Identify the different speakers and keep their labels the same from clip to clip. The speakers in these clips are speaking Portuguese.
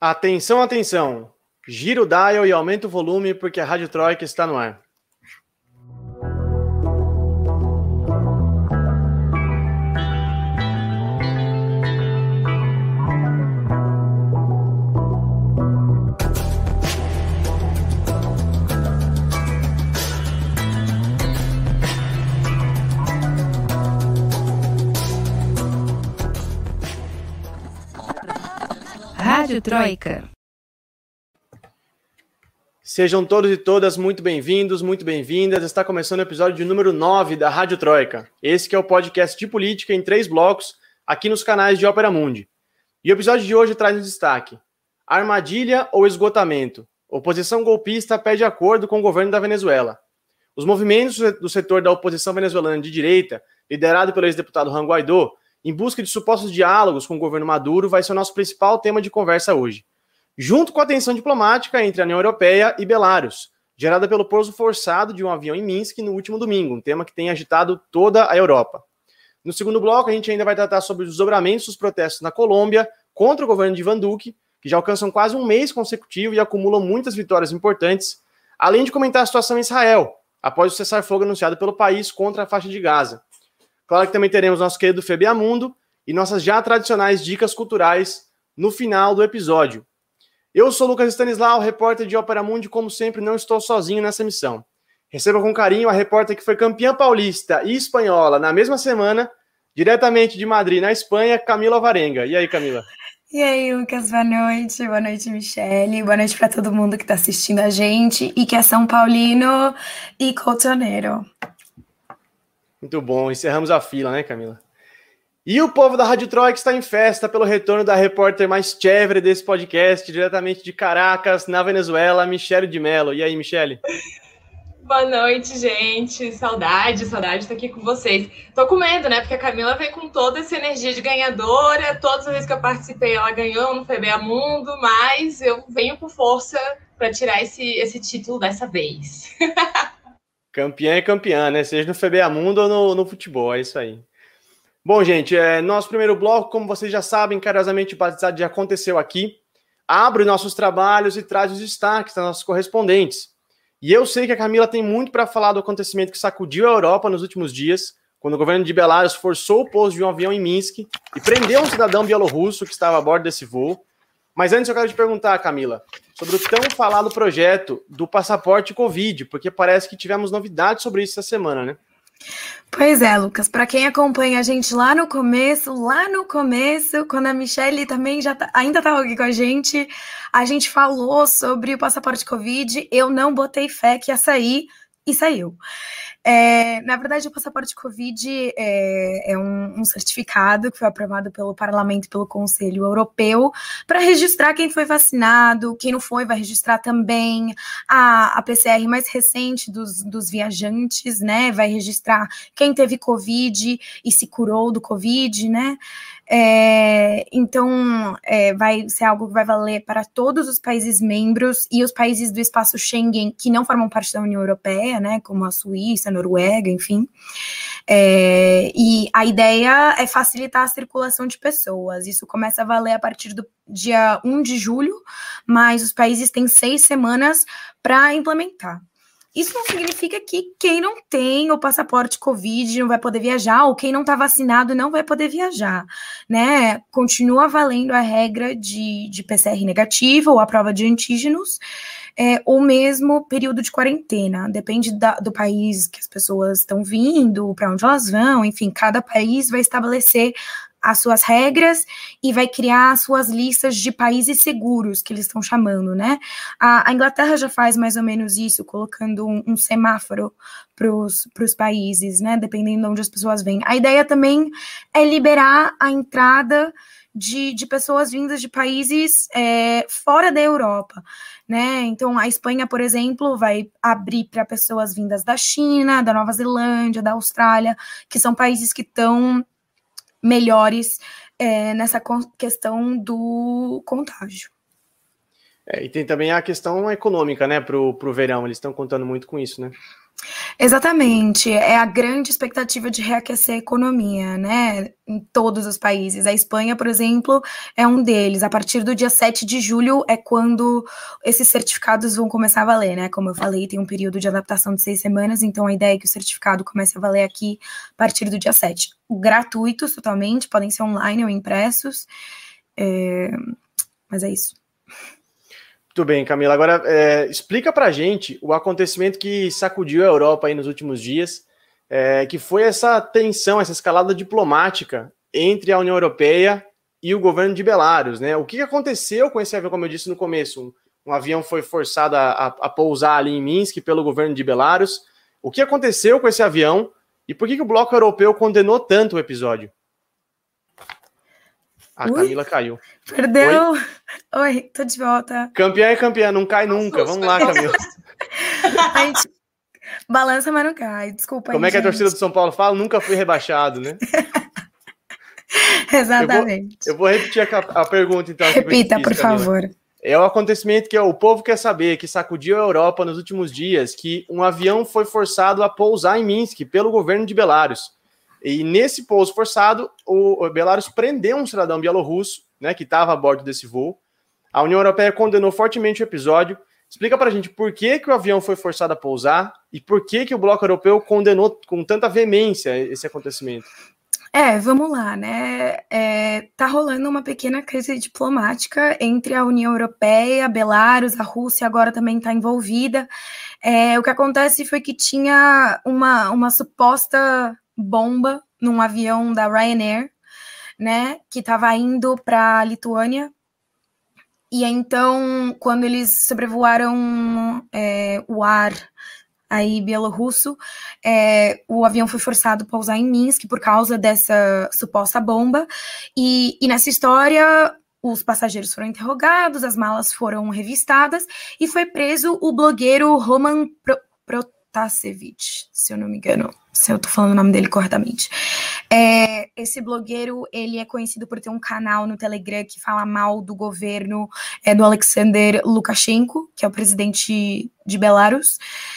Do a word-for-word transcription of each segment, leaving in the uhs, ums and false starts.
Speaker 1: Atenção, atenção! Gira o dial e aumenta o volume porque a Rádio Troika está no ar.
Speaker 2: Rádio Troika.
Speaker 1: Sejam todos e todas muito bem-vindos, muito bem-vindas. Está começando o episódio número nove da Rádio Troika. Esse que é o podcast de política em três blocos, aqui nos canais de Ópera Mundi. E o episódio de hoje traz um destaque: armadilha ou esgotamento? Oposição golpista pede acordo com o governo da Venezuela. Os movimentos do setor da oposição venezuelana de direita, liderado pelo ex-deputado Juan Guaidó, em busca de supostos diálogos com o governo Maduro, vai ser o nosso principal tema de conversa hoje. Junto com a tensão diplomática entre a União Europeia e Belarus, gerada pelo pouso forçado de um avião em Minsk no último domingo, um tema que tem agitado toda a Europa. No segundo bloco, a gente ainda vai tratar sobre os desdobramentos dos protestos na Colômbia contra o governo de Ivan Duque, que já alcançam quase um mês consecutivo e acumulam muitas vitórias importantes, além de comentar a situação em Israel, após o cessar-fogo anunciado pelo país contra a faixa de Gaza. Claro que também teremos nosso querido FEBEAMundo e nossas já tradicionais dicas culturais no final do episódio. Eu sou Lucas Stanislau, repórter de Ópera Mundi, como sempre, não estou sozinho nessa missão. Receba com carinho a repórter que foi campeã paulista e espanhola na mesma semana, diretamente de Madrid, na Espanha, Camila Alvarenga. E aí, Camila?
Speaker 3: E aí, Lucas, boa noite. Boa noite, Michele. Boa noite para todo mundo que está assistindo a gente e que é São Paulino e Cotoneiro.
Speaker 1: Muito bom, encerramos a fila, né, Camila? E o povo da Rádio Troika está em festa pelo retorno da repórter mais chévere desse podcast, diretamente de Caracas, na Venezuela, Michele de Mello. E aí, Michele?
Speaker 4: Boa noite, gente. Saudade, saudade de estar aqui com vocês. Tô com medo, né? Porque a Camila vem com toda essa energia de ganhadora. Todas as vezes que eu participei, ela ganhou no FEBEAMundo, mas eu venho com força para tirar esse, esse título dessa vez.
Speaker 1: Campeã é campeã, né? Seja no FEBEAMundo ou no, no futebol, é isso aí. Bom, gente, é, nosso primeiro bloco, como vocês já sabem, carinhosamente batizado, já aconteceu aqui. Abre nossos trabalhos e traz os destaques das nossas correspondentes. E eu sei que a Camila tem muito para falar do acontecimento que sacudiu a Europa nos últimos dias, quando o governo de Belarus forçou o pouso de um avião em Minsk e prendeu um cidadão bielorrusso que estava a bordo desse voo. Mas antes eu quero te perguntar, Camila, sobre o tão falado projeto do passaporte Covid, porque parece que tivemos novidades sobre isso essa semana, né?
Speaker 3: Pois é, Lucas, para quem acompanha a gente lá no começo, lá no começo, quando a Michele também já tá, ainda estava aqui com a gente, a gente falou sobre o passaporte Covid, eu não botei fé que ia sair e saiu. É, na verdade, o passaporte Covid é, é um, um certificado que foi aprovado pelo Parlamento e pelo Conselho Europeu para registrar quem foi vacinado, quem não foi vai registrar também a, a P C R mais recente dos, dos viajantes, né? Vai registrar quem teve Covid e se curou do Covid, né? É, então, é, vai ser algo que vai valer para todos os países membros e os países do espaço Schengen que não formam parte da União Europeia, né, como a Suíça, a Noruega, enfim. É, e a ideia é facilitar a circulação de pessoas. Isso começa a valer a partir do dia primeiro de julho, mas os países têm seis semanas para implementar. Isso não significa que quem não tem o passaporte Covid não vai poder viajar, ou quem não está vacinado não vai poder viajar, né? Continua valendo a regra de, de P C R negativa ou a prova de antígenos, é, ou mesmo período de quarentena. Depende da, do país que as pessoas estão vindo, para onde elas vão, enfim, cada país vai estabelecer as suas regras e vai criar as suas listas de países seguros, que eles estão chamando, né? A, a Inglaterra já faz mais ou menos isso, colocando um, um semáforo para os países, né? Dependendo de onde as pessoas vêm. A ideia também é liberar a entrada de, de pessoas vindas de países é, fora da Europa, né? Então, a Espanha, por exemplo, vai abrir para pessoas vindas da China, da Nova Zelândia, da Austrália, que são países que estão melhores é, nessa questão do contágio.
Speaker 1: É, e tem também a questão econômica, né, pro, pro verão, eles estão contando muito com isso, né?
Speaker 3: Exatamente, é a grande expectativa de reaquecer a economia, né, em todos os países. A Espanha, por exemplo, é um deles. A partir do dia sete de julho é quando esses certificados vão começar a valer, né, como eu falei, tem um período de adaptação de seis semanas, então a ideia é que o certificado comece a valer aqui a partir do dia sete. Gratuitos totalmente, podem ser online ou impressos, é... mas é isso.
Speaker 1: Muito bem, Camila. Agora, é, explica pra gente o acontecimento que sacudiu a Europa aí nos últimos dias, é, que foi essa tensão, essa escalada diplomática entre a União Europeia e o governo de Belarus, né? O que aconteceu com esse avião, como eu disse no começo? Um, um avião foi forçado a, a, a pousar ali em Minsk pelo governo de Belarus. O que aconteceu com esse avião e por que, que o bloco europeu condenou tanto o episódio? A
Speaker 3: Ui,
Speaker 1: Camila caiu.
Speaker 3: Perdeu. Oi? Oi, tô de volta.
Speaker 1: Campeã é campeã, não cai nunca. Vamos lá, Camila.
Speaker 3: A gente balança, mas não cai. Desculpa.
Speaker 1: Como
Speaker 3: aí,
Speaker 1: é que
Speaker 3: gente.
Speaker 1: a torcida do São Paulo fala? Nunca fui rebaixado, né?
Speaker 3: Exatamente.
Speaker 1: Eu vou, eu vou repetir a, a pergunta, então.
Speaker 3: Repita, fiz, por Camila. favor.
Speaker 1: É o acontecimento que o povo quer saber, que sacudiu a Europa nos últimos dias, que um avião foi forçado a pousar em Minsk pelo governo de Belarus. E nesse pouso forçado, o Belarus prendeu um cidadão bielorrusso, né, que estava a bordo desse voo. A União Europeia condenou fortemente o episódio. Explica pra gente por que, que o avião foi forçado a pousar e por que, que o bloco europeu condenou com tanta veemência esse acontecimento.
Speaker 3: É, vamos lá, né? É, tá rolando uma pequena crise diplomática entre a União Europeia, Belarus, a Rússia agora também está envolvida. É, o que acontece foi que tinha uma, uma suposta bomba num avião da Ryanair, né, que estava indo para a Lituânia. E então, quando eles sobrevoaram é, o ar aí bielorrusso, é, o avião foi forçado a pousar em Minsk por causa dessa suposta bomba. E, e nessa história, os passageiros foram interrogados, as malas foram revistadas e foi preso o blogueiro Roman Pro, Protasevich, se eu não me engano, se eu tô falando o nome dele corretamente. É, esse blogueiro, ele é conhecido por ter um canal no Telegram que fala mal do governo é, do Alexander Lukashenko, que é o presidente de Belarus,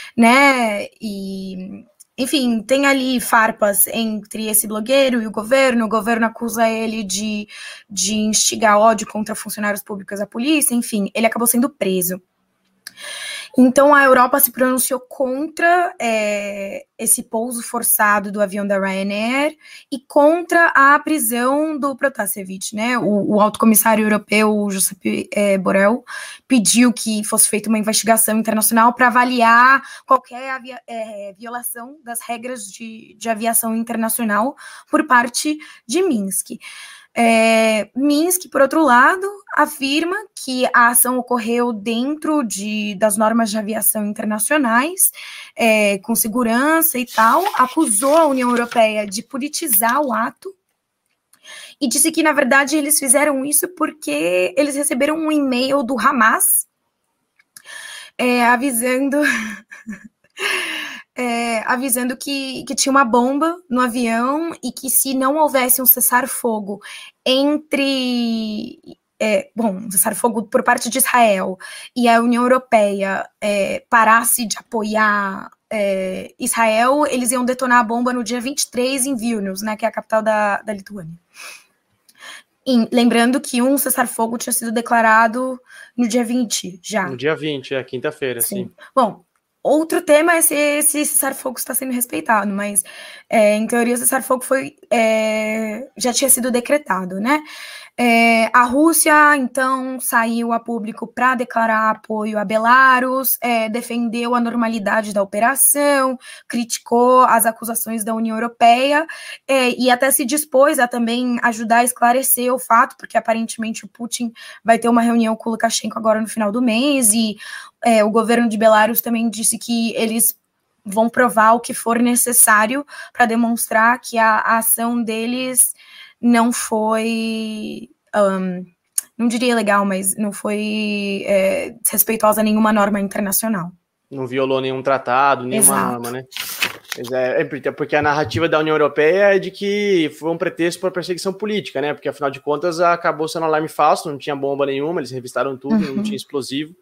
Speaker 3: né, e... Enfim, tem ali farpas entre esse blogueiro e o governo, o governo acusa ele de, de instigar ódio contra funcionários públicos da polícia, enfim, ele acabou sendo preso. Então, a Europa se pronunciou contra é, esse pouso forçado do avião da Ryanair e contra a prisão do Protasevich, né? O, o alto comissário europeu, Josep é, Borrell, pediu que fosse feita uma investigação internacional para avaliar qualquer avia, é, violação das regras de, de aviação internacional por parte de Minsk. É, Minsk, por outro lado, afirma que a ação ocorreu dentro de, das normas de aviação internacionais, é, com segurança e tal, acusou a União Europeia de politizar o ato e disse que, na verdade, eles fizeram isso porque eles receberam um e-mail do Hamas é, avisando... É, avisando que, que tinha uma bomba no avião e que se não houvesse um cessar-fogo entre, é, bom, um cessar-fogo por parte de Israel e a União Europeia é, parasse de apoiar é, Israel, eles iam detonar a bomba no dia vinte e três em Vilnius, né, que é a capital da, da Lituânia. E, lembrando que um cessar-fogo tinha sido declarado no dia vinte, já.
Speaker 1: No dia vinte, é quinta-feira, sim. sim.
Speaker 3: Bom, outro tema é se esse cessar-fogo está sendo respeitado, mas, é, em teoria, o cessar-fogo foi, é, já tinha sido decretado, né? É, a Rússia, então, saiu a público para declarar apoio a Belarus, é, defendeu a normalidade da operação, criticou as acusações da União Europeia é, e até se dispôs a também ajudar a esclarecer o fato, porque aparentemente o Putin vai ter uma reunião com o Lukashenko agora no final do mês e é, o governo de Belarus também disse que eles vão provar o que for necessário para demonstrar que a, a ação deles não foi, um, não diria legal, mas não foi é, respeitosa a nenhuma norma internacional.
Speaker 1: Não violou nenhum tratado, nenhuma
Speaker 3: Exato.
Speaker 1: norma, né? É, é porque a narrativa da União Europeia é de que foi um pretexto para perseguição política, né? Porque, afinal de contas, acabou sendo um alarme falso, não tinha bomba nenhuma, eles revistaram tudo, uhum. não tinha explosivo.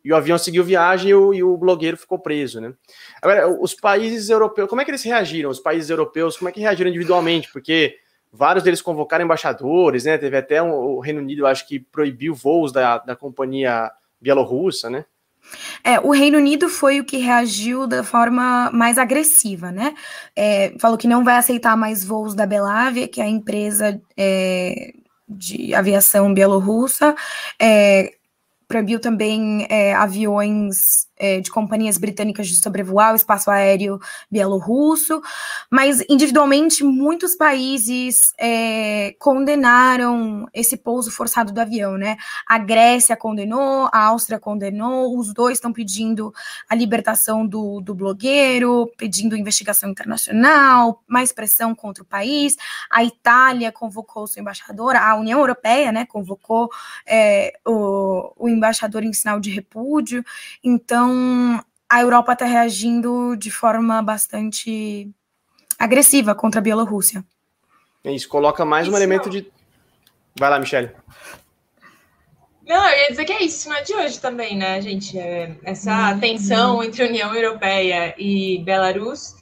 Speaker 1: e o avião seguiu viagem e o, e o blogueiro ficou preso, né? Agora, os países europeus, como é que eles reagiram? Os países europeus, como é que reagiram individualmente? Porque vários deles convocaram embaixadores, né? Teve até um, o Reino Unido, eu acho que proibiu voos da, da companhia bielorrussa, né?
Speaker 3: É, o Reino Unido foi o que reagiu da forma mais agressiva, né? É, falou que não vai aceitar mais voos da Belavia, que é a empresa é, de aviação bielorrussa, é, proibiu também é, aviões é, de companhias britânicas de sobrevoar o espaço aéreo bielorrusso, mas individualmente muitos países é, condenaram esse pouso forçado do avião, né? A Grécia condenou, a Áustria condenou, os dois estão pedindo a libertação do, do blogueiro, pedindo investigação internacional, mais pressão contra o país. A Itália convocou seu embaixador, a União Europeia, né, convocou é, o, o embaixador em sinal de repúdio. Então, a Europa está reagindo de forma bastante agressiva contra a Bielorrússia.
Speaker 1: Isso coloca mais um
Speaker 4: isso
Speaker 1: elemento
Speaker 4: não.
Speaker 1: de... Vai lá, Michele.
Speaker 4: Não, eu ia dizer que é isso, não é de hoje também, né, gente? É essa tensão entre União Europeia e Belarus.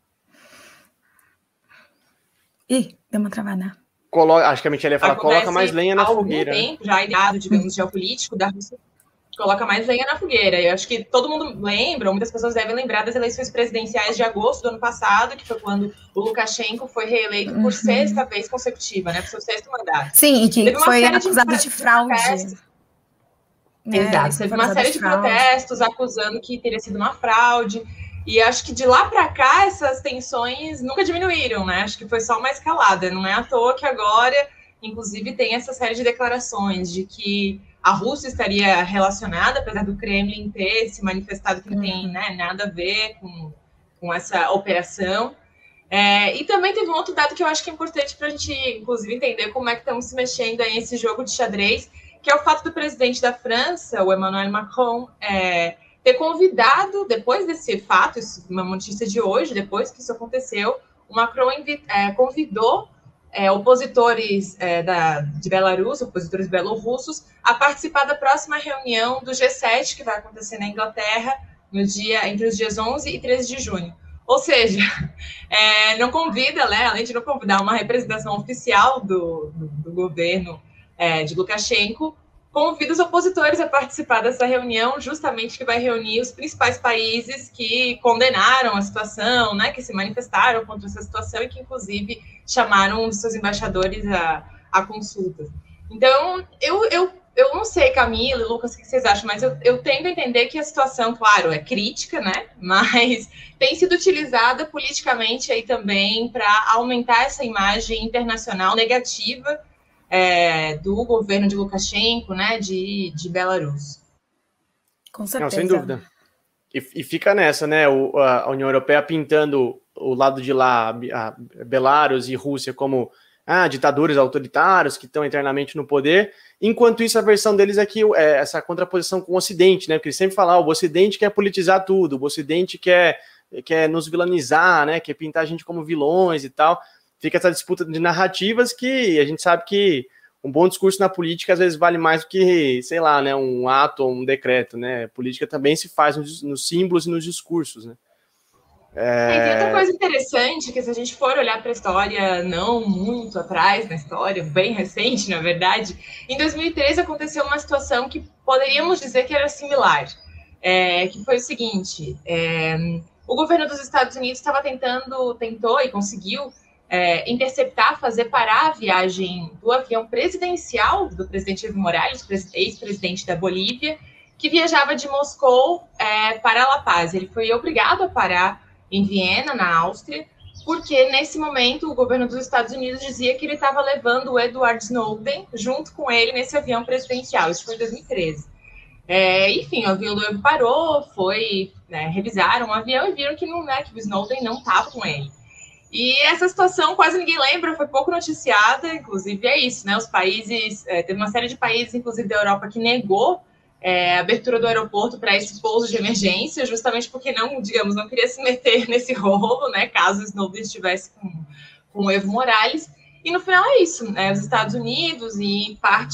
Speaker 3: Ih, deu uma travada.
Speaker 1: Colo... Acho que a Michele ia falar,
Speaker 4: Acontece
Speaker 1: coloca mais lenha na
Speaker 4: há algum
Speaker 1: fogueira.
Speaker 4: tempo, já ideado, digamos, geopolítico da Rússia, coloca mais lenha na fogueira. Eu acho que todo mundo lembra, muitas pessoas devem lembrar das eleições presidenciais de agosto do ano passado, que foi quando o Lukashenko foi reeleito por uhum. sexta vez consecutiva, né, por seu sexto mandato.
Speaker 3: Sim, e que foi acusado de, de fraude.
Speaker 4: É, Exato, teve uma série de, de protestos acusando que teria sido uma fraude. E acho que de lá para cá essas tensões nunca diminuíram, né? Acho que foi só uma escalada. Não é à toa que agora, inclusive, tem essa série de declarações de que a Rússia estaria relacionada, apesar do Kremlin ter se manifestado que não tem né, nada a ver com, com essa operação. É, e também teve um outro dado que eu acho que é importante para a gente, inclusive, entender como é que estamos se mexendo aí nesse jogo de xadrez, que é o fato do presidente da França, o Emmanuel Macron, é, ter convidado, depois desse fato, isso, uma notícia de hoje, depois que isso aconteceu, o Macron é, convidou é, opositores é, da, de Belarus, opositores belorussos, a participar da próxima reunião do G sete, que vai acontecer na Inglaterra, no dia, entre os dias onze e treze de junho. Ou seja, é, não convida, né, além de não convidar uma representação oficial do, do, do governo é, de Lukashenko, convida os opositores a participar dessa reunião, justamente que vai reunir os principais países que condenaram a situação, né, que se manifestaram contra essa situação e que, inclusive, chamaram os seus embaixadores a, a consulta. Então, eu, eu, eu não sei, Camila e Lucas, o que vocês acham, mas eu, eu tendo a entender que a situação, claro, é crítica, né, mas tem sido utilizada politicamente aí também para aumentar essa imagem internacional negativa É, do governo de Lukashenko, né, de, de Belarus.
Speaker 3: Com certeza.
Speaker 1: Não, sem dúvida. E, e fica nessa, né, o, a União Europeia pintando o lado de lá, a Belarus e Rússia como ah, ditadores autoritários que estão eternamente no poder, enquanto isso a versão deles é que é essa contraposição com o Ocidente, né, porque eles sempre falam, ah, o Ocidente quer politizar tudo, o Ocidente quer, quer nos vilanizar, né, quer pintar a gente como vilões e tal. Fica essa disputa de narrativas que a gente sabe que um bom discurso na política às vezes vale mais do que, sei lá, né, um ato ou um decreto, né? A política também se faz nos, nos símbolos e nos discursos, né? É...
Speaker 4: E tem outra coisa interessante, que se a gente for olhar para a história não muito atrás, na história, bem recente, na verdade, em dois mil e treze aconteceu uma situação que poderíamos dizer que era similar, é, que foi o seguinte, é, o governo dos Estados Unidos estava tentando, tentou e conseguiu É, interceptar, fazer parar a viagem do avião presidencial do presidente Evo Morales, ex-presidente da Bolívia, que viajava de Moscou é, para La Paz. Ele foi obrigado a parar em Viena, na Áustria, porque nesse momento o governo dos Estados Unidos dizia que ele estava levando o Edward Snowden junto com ele nesse avião presidencial. Isso foi em dois mil e treze. É, enfim, o avião do Evo parou, foi, né, revisaram o avião e viram que, não, né, que o Snowden não estava com ele. E essa situação quase ninguém lembra, foi pouco noticiada, inclusive é isso, né? Os países, é, teve uma série de países, inclusive da Europa, que negou é, a abertura do aeroporto para esse pouso de emergência, justamente porque não, digamos, não queria se meter nesse rolo, né? Caso o Snowden estivesse com, com o Evo Morales. E no final é isso, né? Os Estados Unidos e partes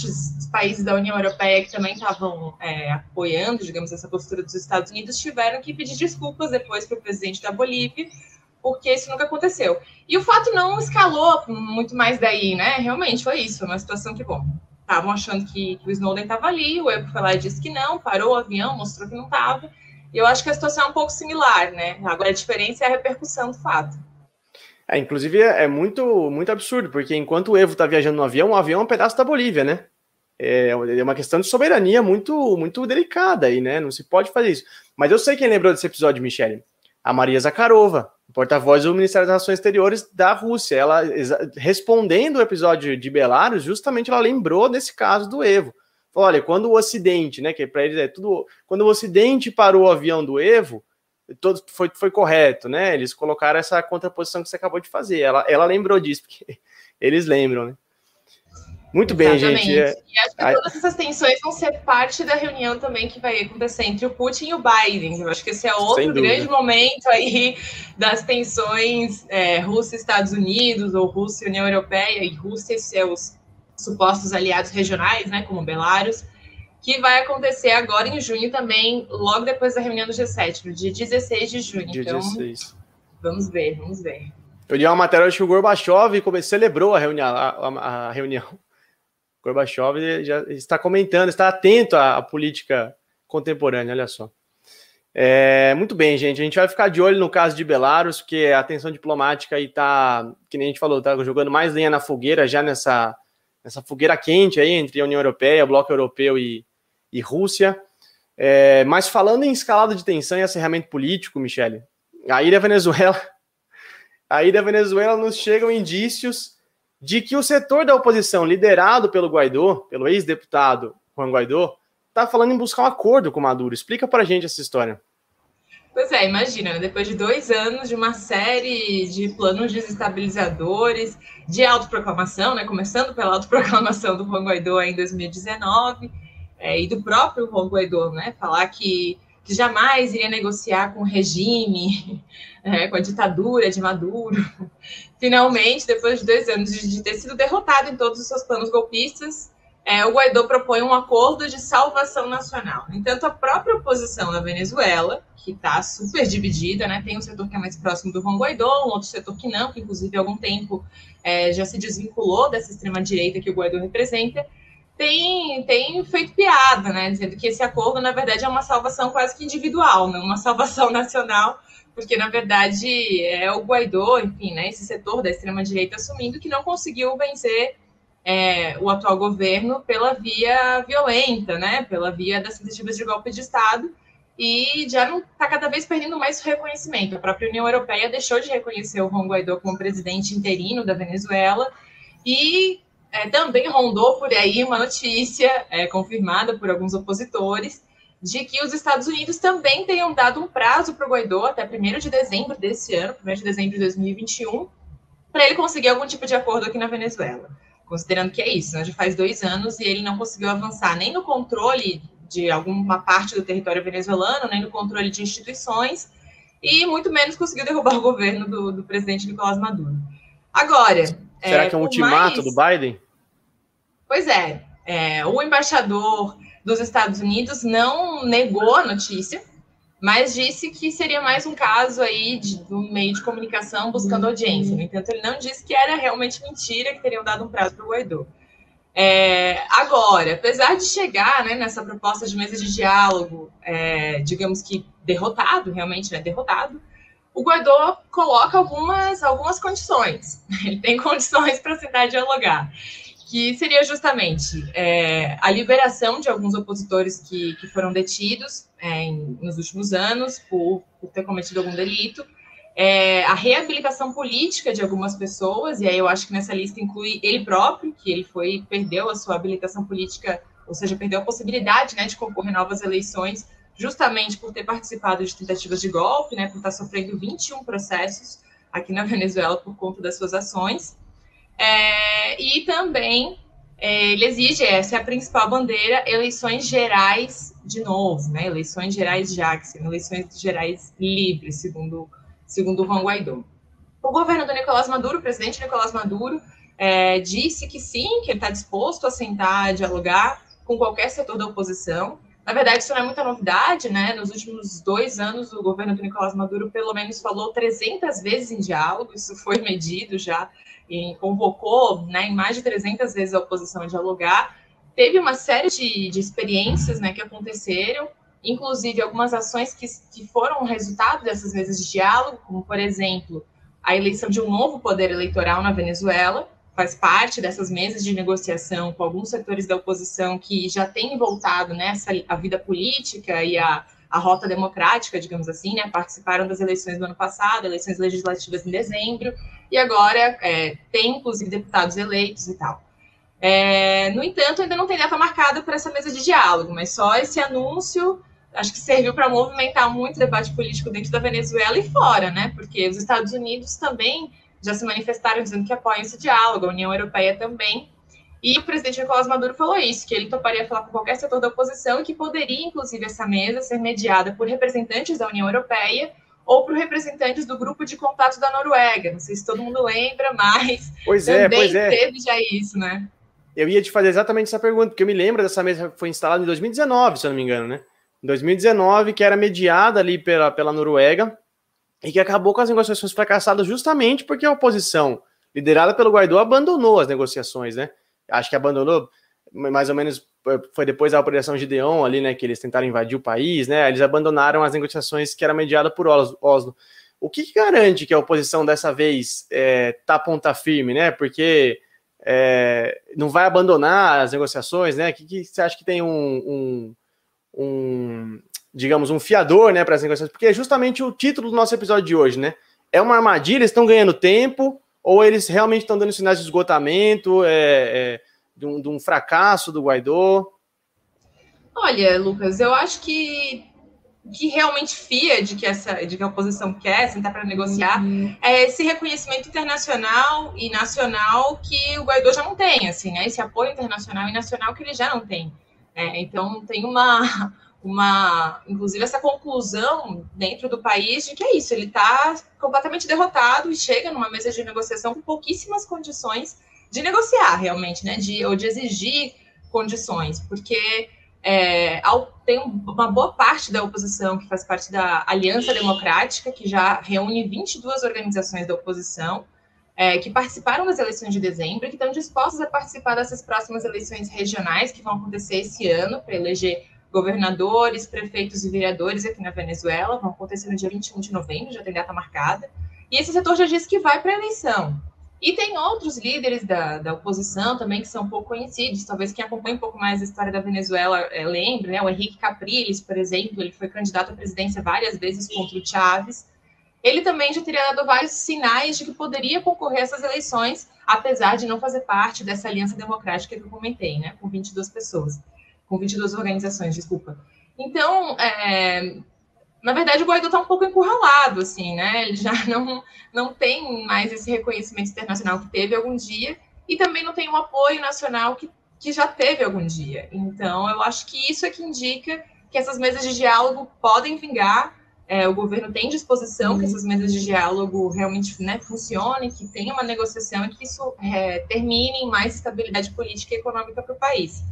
Speaker 4: países da União Europeia que também estavam é, apoiando, digamos, essa postura dos Estados Unidos, tiveram que pedir desculpas depois para o presidente da Bolívia, porque isso nunca aconteceu. E o fato não escalou muito mais daí, né? Realmente foi isso, uma situação que, bom, estavam achando que, que o Snowden estava ali, o Evo foi lá e disse que não, parou o avião, mostrou que não estava. E eu acho que a situação é um pouco similar, né? Agora a diferença é a repercussão do fato.
Speaker 1: É, inclusive, é muito, muito absurdo, porque enquanto o Evo está viajando no avião, o avião é um pedaço da Bolívia, né? É uma questão de soberania muito, muito delicada aí, né? Não se pode fazer isso. Mas eu sei quem lembrou desse episódio, Michele. A Maria Zakharova, porta-voz do Ministério das Relações Exteriores da Rússia. Ela, respondendo o episódio de Belarus, justamente ela lembrou desse caso do Evo. Falou, olha, quando o Ocidente, né, que para eles é tudo... Quando o Ocidente parou o avião do Evo, todo, foi, foi correto, né? Eles colocaram essa contraposição que você acabou de fazer. Ela, ela lembrou disso, porque eles lembram, né? Muito bem,
Speaker 4: Exatamente.
Speaker 1: gente. É...
Speaker 4: E acho que todas essas tensões vão ser parte da reunião também que vai acontecer entre o Putin e o Biden. Eu acho que esse é outro grande momento aí das tensões é, Rússia e Estados Unidos, ou Rússia e União Europeia, e Rússia e seus supostos aliados regionais, né, como Belarus, que vai acontecer agora em junho também, logo depois da reunião do G sete, no dia dezesseis de junho.
Speaker 1: Dia
Speaker 4: então,
Speaker 1: dezesseis.
Speaker 4: Vamos ver, vamos ver.
Speaker 1: Eu li uma matéria hoje que o Gorbachev celebrou a reunião. A, a, a reunião. Gorbachev já está comentando, está atento à, à política contemporânea, olha só. É, muito bem, gente, a gente vai ficar de olho no caso de Belarus, porque a tensão diplomática aí tá, que nem a gente falou, tá jogando mais lenha na fogueira, já nessa, nessa fogueira quente aí entre a União Europeia, Bloco Europeu e, e Rússia. É, mas falando em escalada de tensão e acerramento político, Michele, aí da Venezuela, aí da Venezuela nos chegam indícios de que o setor da oposição, liderado pelo Guaidó, pelo ex-deputado Juan Guaidó, está falando em buscar um acordo com Maduro. Explica para a gente essa história.
Speaker 4: Pois é, imagina, depois de dois anos de uma série de planos desestabilizadores, de autoproclamação, né, começando pela autoproclamação do Juan Guaidó em dois mil e dezenove, é, e do próprio Juan Guaidó, né, falar que, que jamais iria negociar com o regime, é, com a ditadura de Maduro. Finalmente, depois de dois anos de ter sido derrotado em todos os seus planos golpistas, é, o Guaidó propõe um acordo de salvação nacional. No entanto, a própria oposição da Venezuela, que está super dividida, né, tem um setor que é mais próximo do Juan Guaidó, um outro setor que não, que inclusive há algum tempo é, já se desvinculou dessa extrema-direita que o Guaidó representa, tem, tem feito piada, né, dizendo que esse acordo, na verdade, é uma salvação quase que individual, não uma salvação nacional, porque, na verdade, é o Guaidó, enfim, né, esse setor da extrema-direita assumindo que não conseguiu vencer é, o atual governo pela via violenta, né, pela via das tentativas de golpe de Estado, e já não está cada vez perdendo mais reconhecimento. A própria União Europeia deixou de reconhecer o Juan Guaidó como presidente interino da Venezuela, e é, também rondou por aí uma notícia é, confirmada por alguns opositores, de que os Estados Unidos também tenham dado um prazo para o Guaidó até primeiro de dezembro desse ano, primeiro de dezembro de dois mil e vinte e um, para ele conseguir algum tipo de acordo aqui na Venezuela. Considerando que é isso, né? Já faz dois anos e ele não conseguiu avançar nem no controle de alguma parte do território venezuelano, nem no controle de instituições, e muito menos conseguiu derrubar o governo do, do presidente Nicolás Maduro. Agora...
Speaker 1: Será é, que é um ultimato mais... do Biden?
Speaker 4: Pois é, é o embaixador dos Estados Unidos não negou a notícia, mas disse que seria mais um caso aí de, do meio de comunicação buscando audiência. No entanto, ele não disse que era realmente mentira que teriam dado um prazo para o Guaidó. É, agora, apesar de chegar, né, nessa proposta de mesa de diálogo, é, digamos que derrotado, realmente, né, derrotado, o Guaidó coloca algumas, algumas condições. Ele tem condições para sentar e dialogar, que seria justamente é, a liberação de alguns opositores que, que foram detidos é, em, nos últimos anos por, por ter cometido algum delito, é, a reabilitação política de algumas pessoas, e aí eu acho que nessa lista inclui ele próprio, que ele foi, perdeu a sua habilitação política, ou seja, perdeu a possibilidade, né, de concorrer a novas eleições, justamente por ter participado de tentativas de golpe, né, por estar sofrendo vinte e um processos aqui na Venezuela por conta das suas ações. É, e também é, ele exige, essa é a principal bandeira, eleições gerais de novo, né? Eleições gerais já, que são eleições gerais livres, segundo, segundo o Juan Guaidó. O governo do Nicolás Maduro, o presidente Nicolás Maduro, é, disse que sim, que ele está disposto a sentar, a dialogar, com qualquer setor da oposição. Na verdade, isso não é muita novidade, né? Nos últimos dois anos, o governo do Nicolás Maduro, pelo menos, falou trezentas vezes em diálogo, isso foi medido já, e convocou, né, em mais de trezentas vezes a oposição a dialogar. Teve uma série de, de experiências, né, que aconteceram, inclusive algumas ações que, que foram resultado dessas mesas de diálogo, como, por exemplo, a eleição de um novo poder eleitoral na Venezuela, faz parte dessas mesas de negociação com alguns setores da oposição que já têm voltado nessa a vida política e a, a rota democrática, digamos assim, né? Participaram das eleições do ano passado, eleições legislativas em dezembro, e agora é, tem, inclusive, deputados eleitos e tal. É, no entanto, ainda não tem data marcada para essa mesa de diálogo, mas só esse anúncio acho que serviu para movimentar muito o debate político dentro da Venezuela e fora, né? Porque os Estados Unidos também já se manifestaram dizendo que apoiam esse diálogo, a União Europeia também. E o presidente Nicolás Maduro falou isso, que ele toparia falar com qualquer setor da oposição e que poderia, inclusive, essa mesa ser mediada por representantes da União Europeia ou por representantes do grupo de contato da Noruega. Não sei se todo mundo lembra, mas
Speaker 1: pois é,
Speaker 4: também
Speaker 1: pois é.
Speaker 4: teve já isso, né?
Speaker 1: Eu ia te fazer exatamente essa pergunta, porque eu me lembro dessa mesa que foi instalada em dois mil e dezenove, se eu não me engano, né? Em dois mil e dezenove, que era mediada ali pela, pela Noruega, e que acabou com as negociações fracassadas justamente porque a oposição, liderada pelo Guaidó, abandonou as negociações, né? Acho que abandonou, mais ou menos, foi depois da Operação Gideon ali, né, que eles tentaram invadir o país, né? Eles abandonaram as negociações que eram mediadas por Oslo. O que, que garante que a oposição dessa vez é, tá ponta firme, né? Porque é, não vai abandonar as negociações, né? O que, que você acha que tem um... um, um digamos, um fiador, né, para as negociações, porque é justamente o título do nosso episódio de hoje, né? É uma armadilha, eles estão ganhando tempo, ou eles realmente estão dando sinais de esgotamento, é, é, de, um, de um fracasso do Guaidó?
Speaker 4: Olha, Lucas, eu acho que que realmente fia de que, essa, de que a oposição quer sentar para negociar uhum. é esse reconhecimento internacional e nacional que o Guaidó já não tem, assim, né? Esse apoio internacional e nacional que ele já não tem. É, então, tem uma... uma, inclusive essa conclusão dentro do país de que é isso, ele está completamente derrotado e chega numa mesa de negociação com pouquíssimas condições de negociar realmente, né, de, ou de exigir condições, porque é, tem uma boa parte da oposição que faz parte da Aliança Democrática, que já reúne vinte e duas organizações da oposição, é, que participaram das eleições de dezembro e que estão dispostas a participar dessas próximas eleições regionais que vão acontecer esse ano para eleger governadores, prefeitos e vereadores aqui na Venezuela, vão acontecer no dia vinte e um de novembro, já tem data marcada, e esse setor já disse que vai para a eleição. E tem outros líderes da, da oposição também que são pouco conhecidos, talvez quem acompanha um pouco mais a história da Venezuela é, lembre, né? O Henrique Capriles, por exemplo, ele foi candidato à presidência várias vezes contra o Chávez. Ele também já teria dado vários sinais de que poderia concorrer a essas eleições, apesar de não fazer parte dessa aliança democrática que eu comentei, né? Com vinte e duas pessoas. Com vinte e duas organizações, desculpa. Então, é, na verdade, o Guaidó está um pouco encurralado, assim, né? Ele já não, não tem mais esse reconhecimento internacional que teve algum dia e também não tem um apoio nacional que, que já teve algum dia. Então, eu acho que isso é que indica que essas mesas de diálogo podem vingar. É, o governo tem disposição que essas mesas de diálogo realmente, né, funcionem, que tenha uma negociação e que isso é, termine em mais estabilidade política e econômica para o país.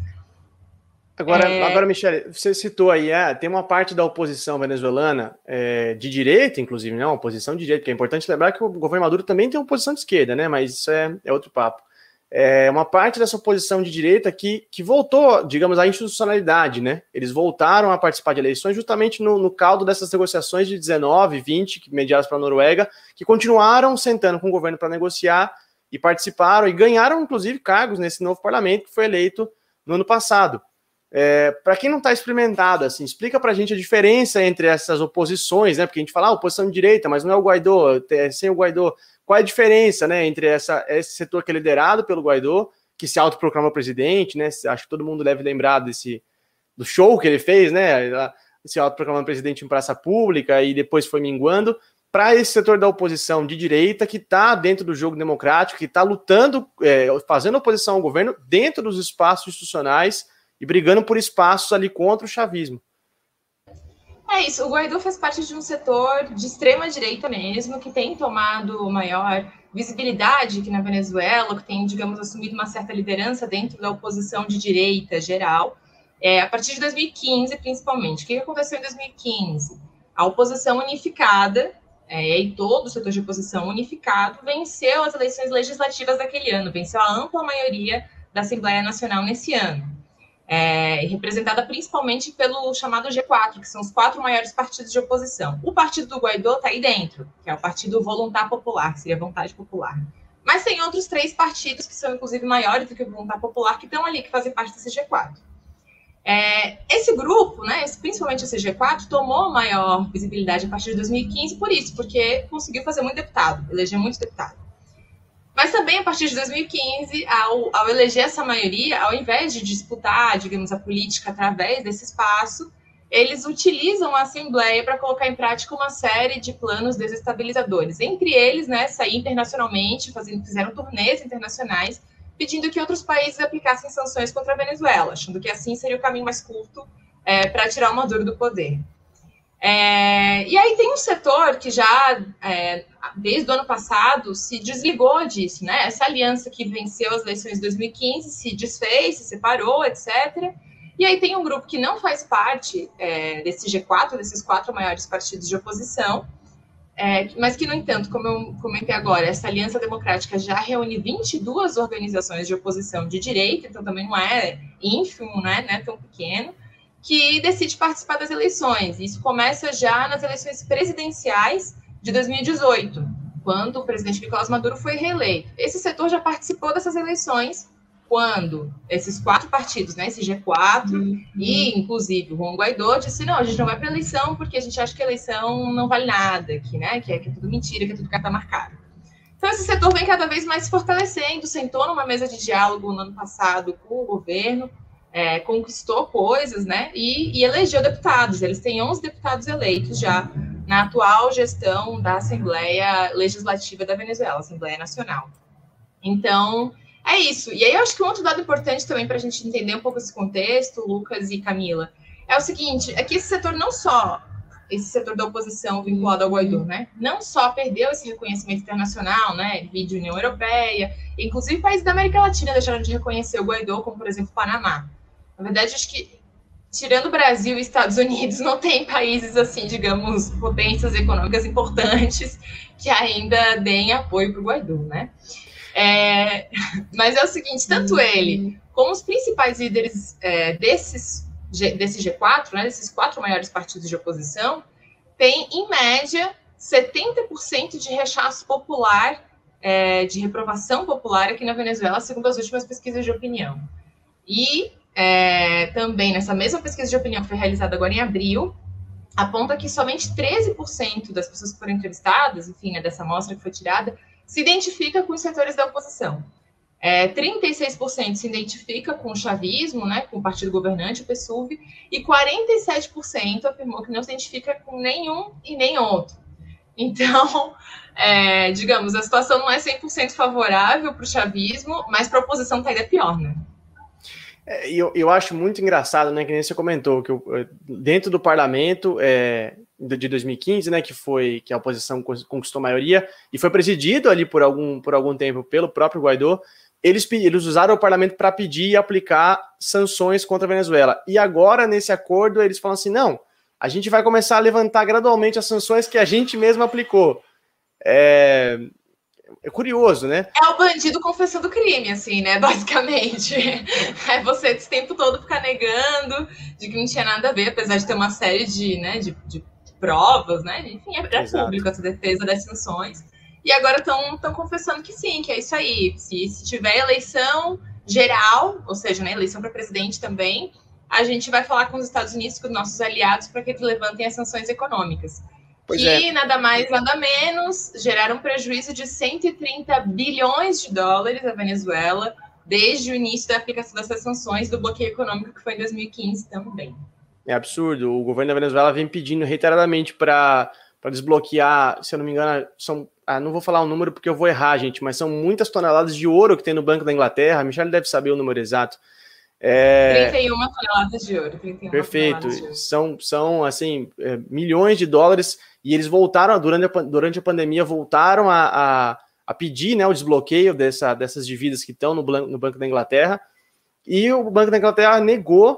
Speaker 1: Agora, é... agora, Michele, você citou aí, é, tem uma parte da oposição venezuelana, é, de direita, inclusive, né, uma oposição de direita, que é importante lembrar que o governo Maduro também tem uma oposição de esquerda, né, mas isso é, é outro papo. É uma parte dessa oposição de direita que, que voltou, digamos, à institucionalidade, né, eles voltaram a participar de eleições justamente no, no caldo dessas negociações de dezenove, vinte, mediadas pela Noruega, que continuaram sentando com o governo para negociar e participaram e ganharam, inclusive, cargos nesse novo parlamento que foi eleito no ano passado. É, para quem não está experimentado, assim, explica para a gente a diferença entre essas oposições, né? Porque a gente fala, ah, oposição de direita, mas não é o Guaidó, é sem o Guaidó. Qual é a diferença, né, entre essa, esse setor que é liderado pelo Guaidó, que se autoproclama presidente, né? Acho que todo mundo deve lembrar desse do show que ele fez, né? Se autoproclamando presidente em praça pública e depois foi minguando, para esse setor da oposição de direita que está dentro do jogo democrático, que está lutando, é, fazendo oposição ao governo dentro dos espaços institucionais e brigando por espaços ali contra o chavismo.
Speaker 4: É isso, o Guaidó faz parte de um setor de extrema-direita mesmo, que tem tomado maior visibilidade aqui na Venezuela, que tem, digamos, assumido uma certa liderança dentro da oposição de direita geral. É, a partir de dois mil e quinze, principalmente. O que aconteceu em dois mil e quinze? A oposição unificada, é, e todo o setor de oposição unificado, venceu as eleições legislativas daquele ano, venceu a ampla maioria da Assembleia Nacional nesse ano, é, representada principalmente pelo chamado G quatro, que são os quatro maiores partidos de oposição. O partido do Guaidó está aí dentro, que é o Partido Voluntar Popular, que seria Vontade Popular. Mas tem outros três partidos que são, inclusive, maiores do que o Vontade Popular, que estão ali, que fazem parte desse G quatro. É, esse grupo, né, principalmente esse G quatro, tomou maior visibilidade a partir de dois mil e quinze por isso, porque conseguiu fazer muito deputado, eleger muito deputado. Mas também a partir de dois mil e quinze, ao, ao eleger essa maioria, ao invés de disputar, digamos, a política através desse espaço, eles utilizam a Assembleia para colocar em prática uma série de planos desestabilizadores. Entre eles, né, sair internacionalmente, fazendo, fizeram turnês internacionais, pedindo que outros países aplicassem sanções contra a Venezuela, achando que assim seria o caminho mais curto é, para tirar o Maduro do poder. É, e aí tem um setor que já, é, desde o ano passado, se desligou disso, né? Essa aliança que venceu as eleições de dois mil e quinze se desfez, se separou, etcétera. E aí tem um grupo que não faz parte é, desse G quatro, desses quatro maiores partidos de oposição, é, mas que, no entanto, como eu comentei agora, essa Aliança Democrática já reúne vinte e duas organizações de oposição de direita, então também não é ínfimo, né, não é tão pequeno, que decide participar das eleições. Isso começa já nas eleições presidenciais de dois mil e dezoito, quando o presidente Nicolás Maduro foi reeleito. Esse setor já participou dessas eleições quando esses quatro partidos, né, esse G quatro, uhum. e inclusive o Juan Guaidó disse, não, a gente não vai para eleição porque a gente acha que a eleição não vale nada, que, né, que, é, que é tudo mentira, que é tudo carta marcada. Então esse setor vem cada vez mais se fortalecendo, sentou numa mesa de diálogo no ano passado com o governo, é, conquistou coisas, né, e, e elegeu deputados. Eles têm onze deputados eleitos já na atual gestão da Assembleia Legislativa da Venezuela, Assembleia Nacional. Então, é isso. E aí eu acho que um outro dado importante também para a gente entender um pouco esse contexto, Lucas e Camila, é o seguinte, é que esse setor não só, esse setor da oposição vinculado ao Guaidó, né, não só perdeu esse reconhecimento internacional, né, vídeo União Europeia, inclusive países da América Latina deixaram de reconhecer o Guaidó, como, por exemplo, o Panamá. Na verdade, acho que, tirando o Brasil e Estados Unidos, não tem países, assim, digamos, potências econômicas importantes que ainda deem apoio para o Guaidó, né? É, mas é o seguinte, tanto ele como os principais líderes é, desses, desse G quatro, né, desses quatro maiores partidos de oposição, têm, em média, setenta por cento de rechaço popular, é, de reprovação popular aqui na Venezuela, segundo as últimas pesquisas de opinião. E é, também, nessa mesma pesquisa de opinião que foi realizada agora em abril, aponta que somente treze por cento das pessoas que foram entrevistadas, enfim, né, dessa amostra que foi tirada, se identifica com os setores da oposição. É, trinta e seis por cento se identifica com o chavismo, né, com o partido governante, o P S U V, e quarenta e sete por cento afirmou que não se identifica com nenhum e nem outro. Então, é, digamos, a situação não é cem por cento favorável para o chavismo, mas para a oposição está ainda pior, né?
Speaker 1: É, eu, eu acho muito engraçado, né, que nem você comentou, que eu, dentro do parlamento é, de dois mil e quinze, né, que foi que a oposição conquistou a maioria e foi presidido ali por algum, por algum tempo pelo próprio Guaidó, eles, eles usaram o parlamento para pedir e aplicar sanções contra a Venezuela. E agora, nesse acordo, eles falam assim, não, a gente vai começar a levantar gradualmente as sanções que a gente mesmo aplicou. É... É curioso, né?
Speaker 4: É o bandido confessando crime, assim, né? Basicamente. É você esse tempo todo ficar negando de que não tinha nada a ver, apesar de ter uma série de, né, de, de provas, né? Enfim, é, é público essa defesa das sanções. E agora estão confessando que sim, que é isso aí. Se, se tiver eleição geral, ou seja, né, eleição para presidente também, a gente vai falar com os Estados Unidos, com os nossos aliados, para que eles levantem as sanções econômicas. Pois que é. Nada mais, nada menos, geraram um prejuízo de cento e trinta bilhões de dólares à Venezuela desde o início da aplicação dessas sanções, do bloqueio econômico que foi em dois mil e quinze também.
Speaker 1: É absurdo. O governo da Venezuela vem pedindo reiteradamente para desbloquear, se eu não me engano, são, ah, não vou falar o número porque eu vou errar, gente, mas são muitas toneladas de ouro que tem no Banco da Inglaterra. A Michelle deve saber o número exato.
Speaker 4: É... trinta e uma toneladas de ouro. trinta e uma
Speaker 1: Perfeito.
Speaker 4: De ouro.
Speaker 1: São, são assim, é, milhões de dólares. E eles voltaram, durante a, durante a pandemia, voltaram a, a, a pedir, né, o desbloqueio dessa, dessas dívidas que estão no, no Banco da Inglaterra. E o Banco da Inglaterra negou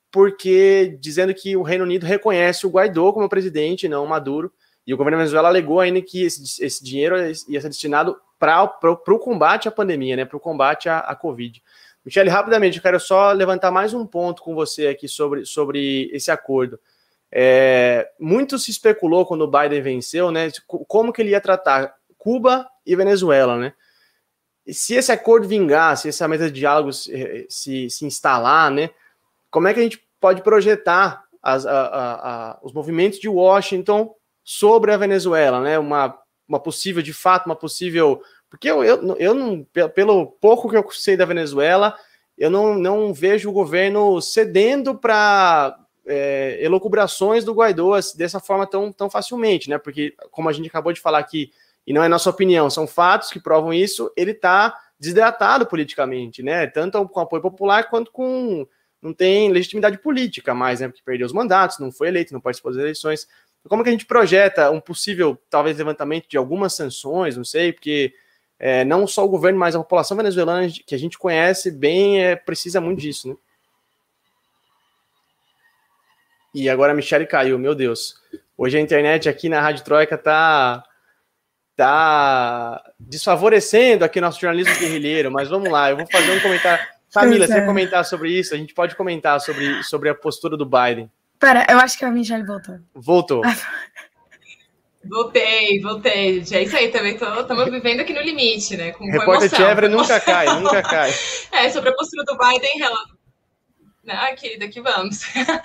Speaker 1: porque dizendo que o Reino Unido reconhece o Guaidó como presidente, não o Maduro, e o governo da Venezuela alegou ainda que esse, esse dinheiro ia ser destinado para o combate à pandemia, né, para o combate à, à Covid. Michele, rapidamente, eu quero só levantar mais um ponto com você aqui sobre, sobre esse acordo. É, muito se especulou quando o Biden venceu, né, como que ele ia tratar Cuba e Venezuela, né? E se esse acordo vingar, se essa mesa de diálogos se, se instalar, né, como é que a gente pode projetar as, a, a, a, os movimentos de Washington sobre a Venezuela, né? Uma, uma possível, de fato, uma possível... Porque eu, eu, eu não, pelo pouco que eu sei da Venezuela, eu não, não vejo o governo cedendo para é, elucubrações do Guaidó dessa forma tão, tão facilmente, né? Porque, como a gente acabou de falar aqui, e não é nossa opinião, são fatos que provam isso, ele está desidratado politicamente, né? Tanto com apoio popular quanto com... não tem legitimidade política mais, né? Porque perdeu os mandatos, não foi eleito, não participou das eleições. Como que a gente projeta um possível, talvez, levantamento de algumas sanções, não sei, porque é, não só o governo, mas a população venezuelana que a gente conhece bem é, precisa muito disso, né? E agora a Michele caiu, meu Deus. Hoje a internet aqui na Rádio Troika tá... tá desfavorecendo aqui nosso jornalismo guerrilheiro, mas vamos lá, eu vou fazer um comentário. Camila, é. Você quer comentar sobre isso? A gente pode comentar sobre, sobre a postura do Biden.
Speaker 3: Pera, eu acho que a Michele voltou.
Speaker 1: Voltou.
Speaker 4: Voltei, voltei, gente. É isso aí, também estamos vivendo aqui no limite, né? Com,
Speaker 1: Repórter Chevre nunca cai, nunca cai.
Speaker 4: É, sobre a postura do Biden, ah, querida, aqui vamos.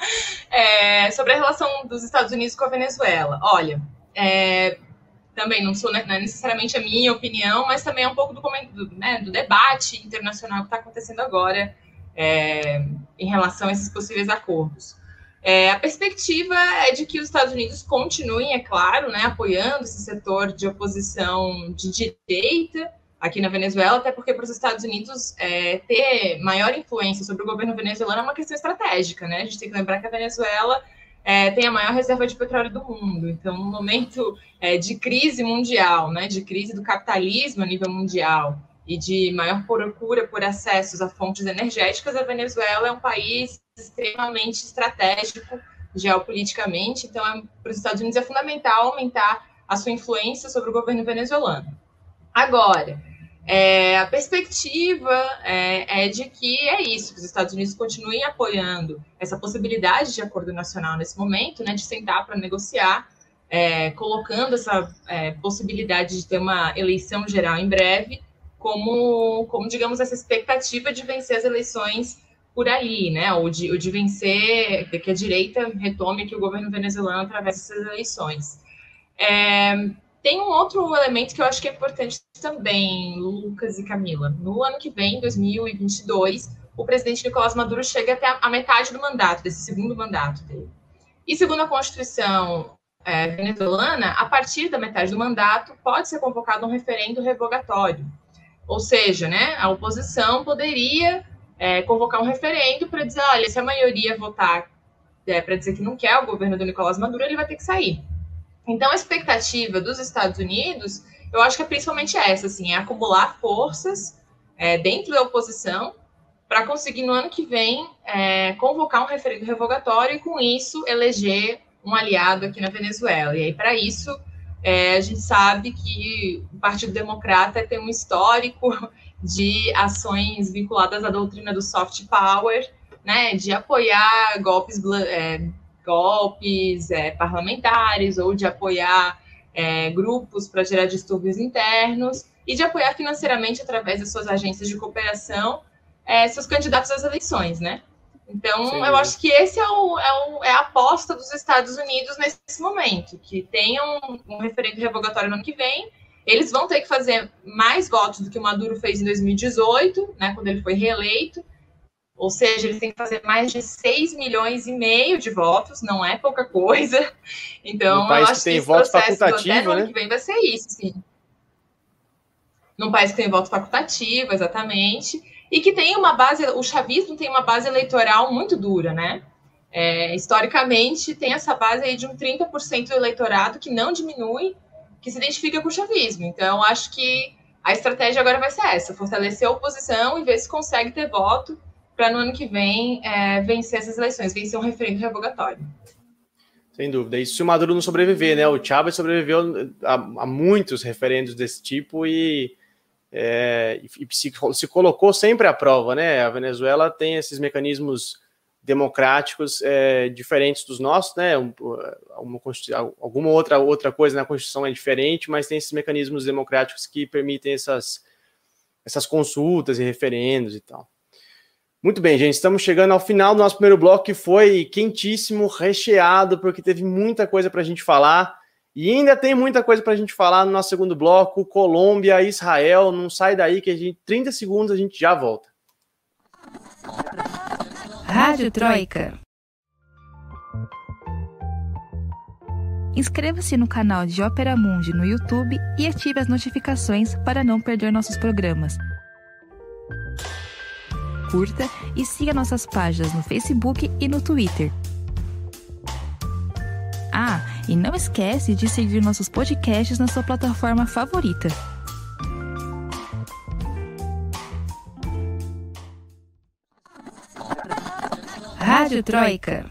Speaker 4: É, sobre a relação dos Estados Unidos com a Venezuela. Olha, é... também não, sou, não é necessariamente a minha opinião, mas também é um pouco do, do, né, do debate internacional que está acontecendo agora é, em relação a esses possíveis acordos. É, a perspectiva é de que os Estados Unidos continuem, é claro, né, apoiando esse setor de oposição de direita aqui na Venezuela, até porque para os Estados Unidos é, ter maior influência sobre o governo venezuelano é uma questão estratégica, né? A gente tem que lembrar que a Venezuela É, tem a maior reserva de petróleo do mundo. Então, no momento é, de crise mundial, né, de crise do capitalismo a nível mundial e de maior procura por acessos a fontes energéticas, a Venezuela é um país extremamente estratégico geopoliticamente. Então, é, para os Estados Unidos é fundamental aumentar a sua influência sobre o governo venezuelano. Agora, é, a perspectiva é, é de que é isso, que os Estados Unidos continuem apoiando essa possibilidade de acordo nacional nesse momento, né, de sentar para negociar, é, colocando essa é, possibilidade de ter uma eleição geral em breve como, como, digamos, essa expectativa de vencer as eleições por ali, né, ou de, ou de vencer, que a direita retome que o governo venezuelano através dessas eleições. É, Tem um outro elemento que eu acho que é importante também, Lucas e Camila. No ano que vem, dois mil e vinte e dois, o presidente Nicolás Maduro chega até a metade do mandato, desse segundo mandato dele. E segundo a Constituição é, venezuelana, a partir da metade do mandato, pode ser convocado um referendo revogatório. Ou seja, né, a oposição poderia é, convocar um referendo para dizer, olha, se a maioria votar é, para dizer que não quer o governo do Nicolás Maduro, ele vai ter que sair. Então, a expectativa dos Estados Unidos, eu acho que é principalmente essa, assim, é acumular forças é, dentro da oposição para conseguir, no ano que vem, é, convocar um referendo revogatório e, com isso, eleger um aliado aqui na Venezuela. E aí, para isso, é, a gente sabe que o Partido Democrata tem um histórico de ações vinculadas à doutrina do soft power, né, de apoiar golpes... É, golpes é, parlamentares ou de apoiar é, grupos para gerar distúrbios internos e de apoiar financeiramente, através das suas agências de cooperação, é, seus candidatos às eleições, né? Então, Sim. eu acho que esse é, o, é, o, é a aposta dos Estados Unidos nesse momento, que tenham um, um referendo revogatório no ano que vem. Eles vão ter que fazer mais votos do que o Maduro fez em dois mil e dezoito, né, quando ele foi reeleito. Ou seja, eles têm que fazer mais de seis milhões e meio de votos, não é pouca coisa. Então,
Speaker 1: um país
Speaker 4: eu acho
Speaker 1: que tem
Speaker 4: que
Speaker 1: voto
Speaker 4: esse processo
Speaker 1: facultativo,
Speaker 4: até no
Speaker 1: né?
Speaker 4: ano que vem vai ser isso, sim. Num país que tem voto facultativo, exatamente, e que tem uma base, o chavismo tem uma base eleitoral muito dura, né? É, historicamente, tem essa base aí de um trinta por cento do eleitorado que não diminui, que se identifica com o chavismo. Então, eu acho que a estratégia agora vai ser essa, fortalecer a oposição e ver se consegue ter voto para no ano que vem é, vencer essas eleições, vencer um referendo revogatório.
Speaker 1: Sem dúvida. E se o Maduro não sobreviver, né? O Chávez sobreviveu a, a muitos referendos desse tipo e, é, e se, se colocou sempre à prova, né? A Venezuela tem esses mecanismos democráticos é, diferentes dos nossos, né? Um, uma, alguma outra, outra coisa na Constituição é diferente, mas tem esses mecanismos democráticos que permitem essas, essas consultas e referendos e tal. Muito bem, gente, estamos chegando ao final do nosso primeiro bloco, que foi quentíssimo, recheado, porque teve muita coisa para a gente falar, e ainda tem muita coisa para a gente falar no nosso segundo bloco, Colômbia, Israel, não sai daí que a gente, trinta segundos a gente já volta.
Speaker 2: Rádio Troika. Inscreva-se no canal de Ópera Mundi no YouTube e ative as notificações para não perder nossos programas. Curta e siga nossas páginas no Facebook e no Twitter. Ah, e não esquece de seguir nossos podcasts na sua plataforma favorita. Rádio Troika.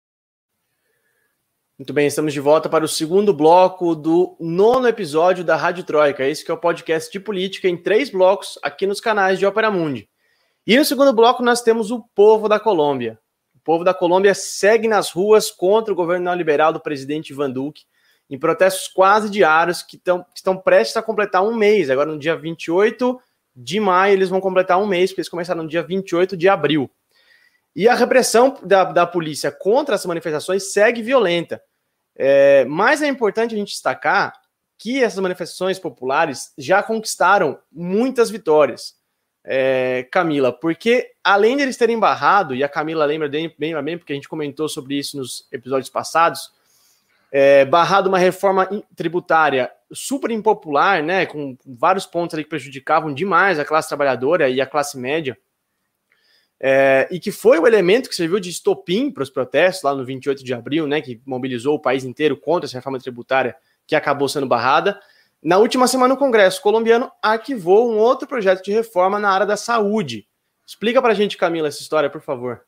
Speaker 1: Muito bem, estamos de volta para o segundo bloco do nono episódio da Rádio Troika. Esse que é o podcast de política em três blocos aqui nos canais de Ópera Mundi. E no segundo bloco nós temos o povo da Colômbia. O povo da Colômbia segue nas ruas contra o governo neoliberal do presidente Iván Duque, em protestos quase diários que, tão, que estão prestes a completar um mês. Agora, no dia vinte e oito de maio, eles vão completar um mês, porque eles começaram no dia vinte e oito de abril. E a repressão da, da polícia contra essas manifestações segue violenta. É, mas é importante a gente destacar que essas manifestações populares já conquistaram muitas vitórias. É, Camila, porque além de eles terem barrado, e a Camila lembra bem, bem, bem porque a gente comentou sobre isso nos episódios passados, é, barrado uma reforma tributária super impopular, né, com vários pontos ali que prejudicavam demais a classe trabalhadora e a classe média, é, e que foi o elemento que serviu de estopim para os protestos lá no vinte e oito de abril, né, que mobilizou o país inteiro contra essa reforma tributária que acabou sendo barrada. Na última semana, o Congresso colombiano arquivou um outro projeto de reforma na área da saúde. Explica pra gente, Camila, essa história, por favor.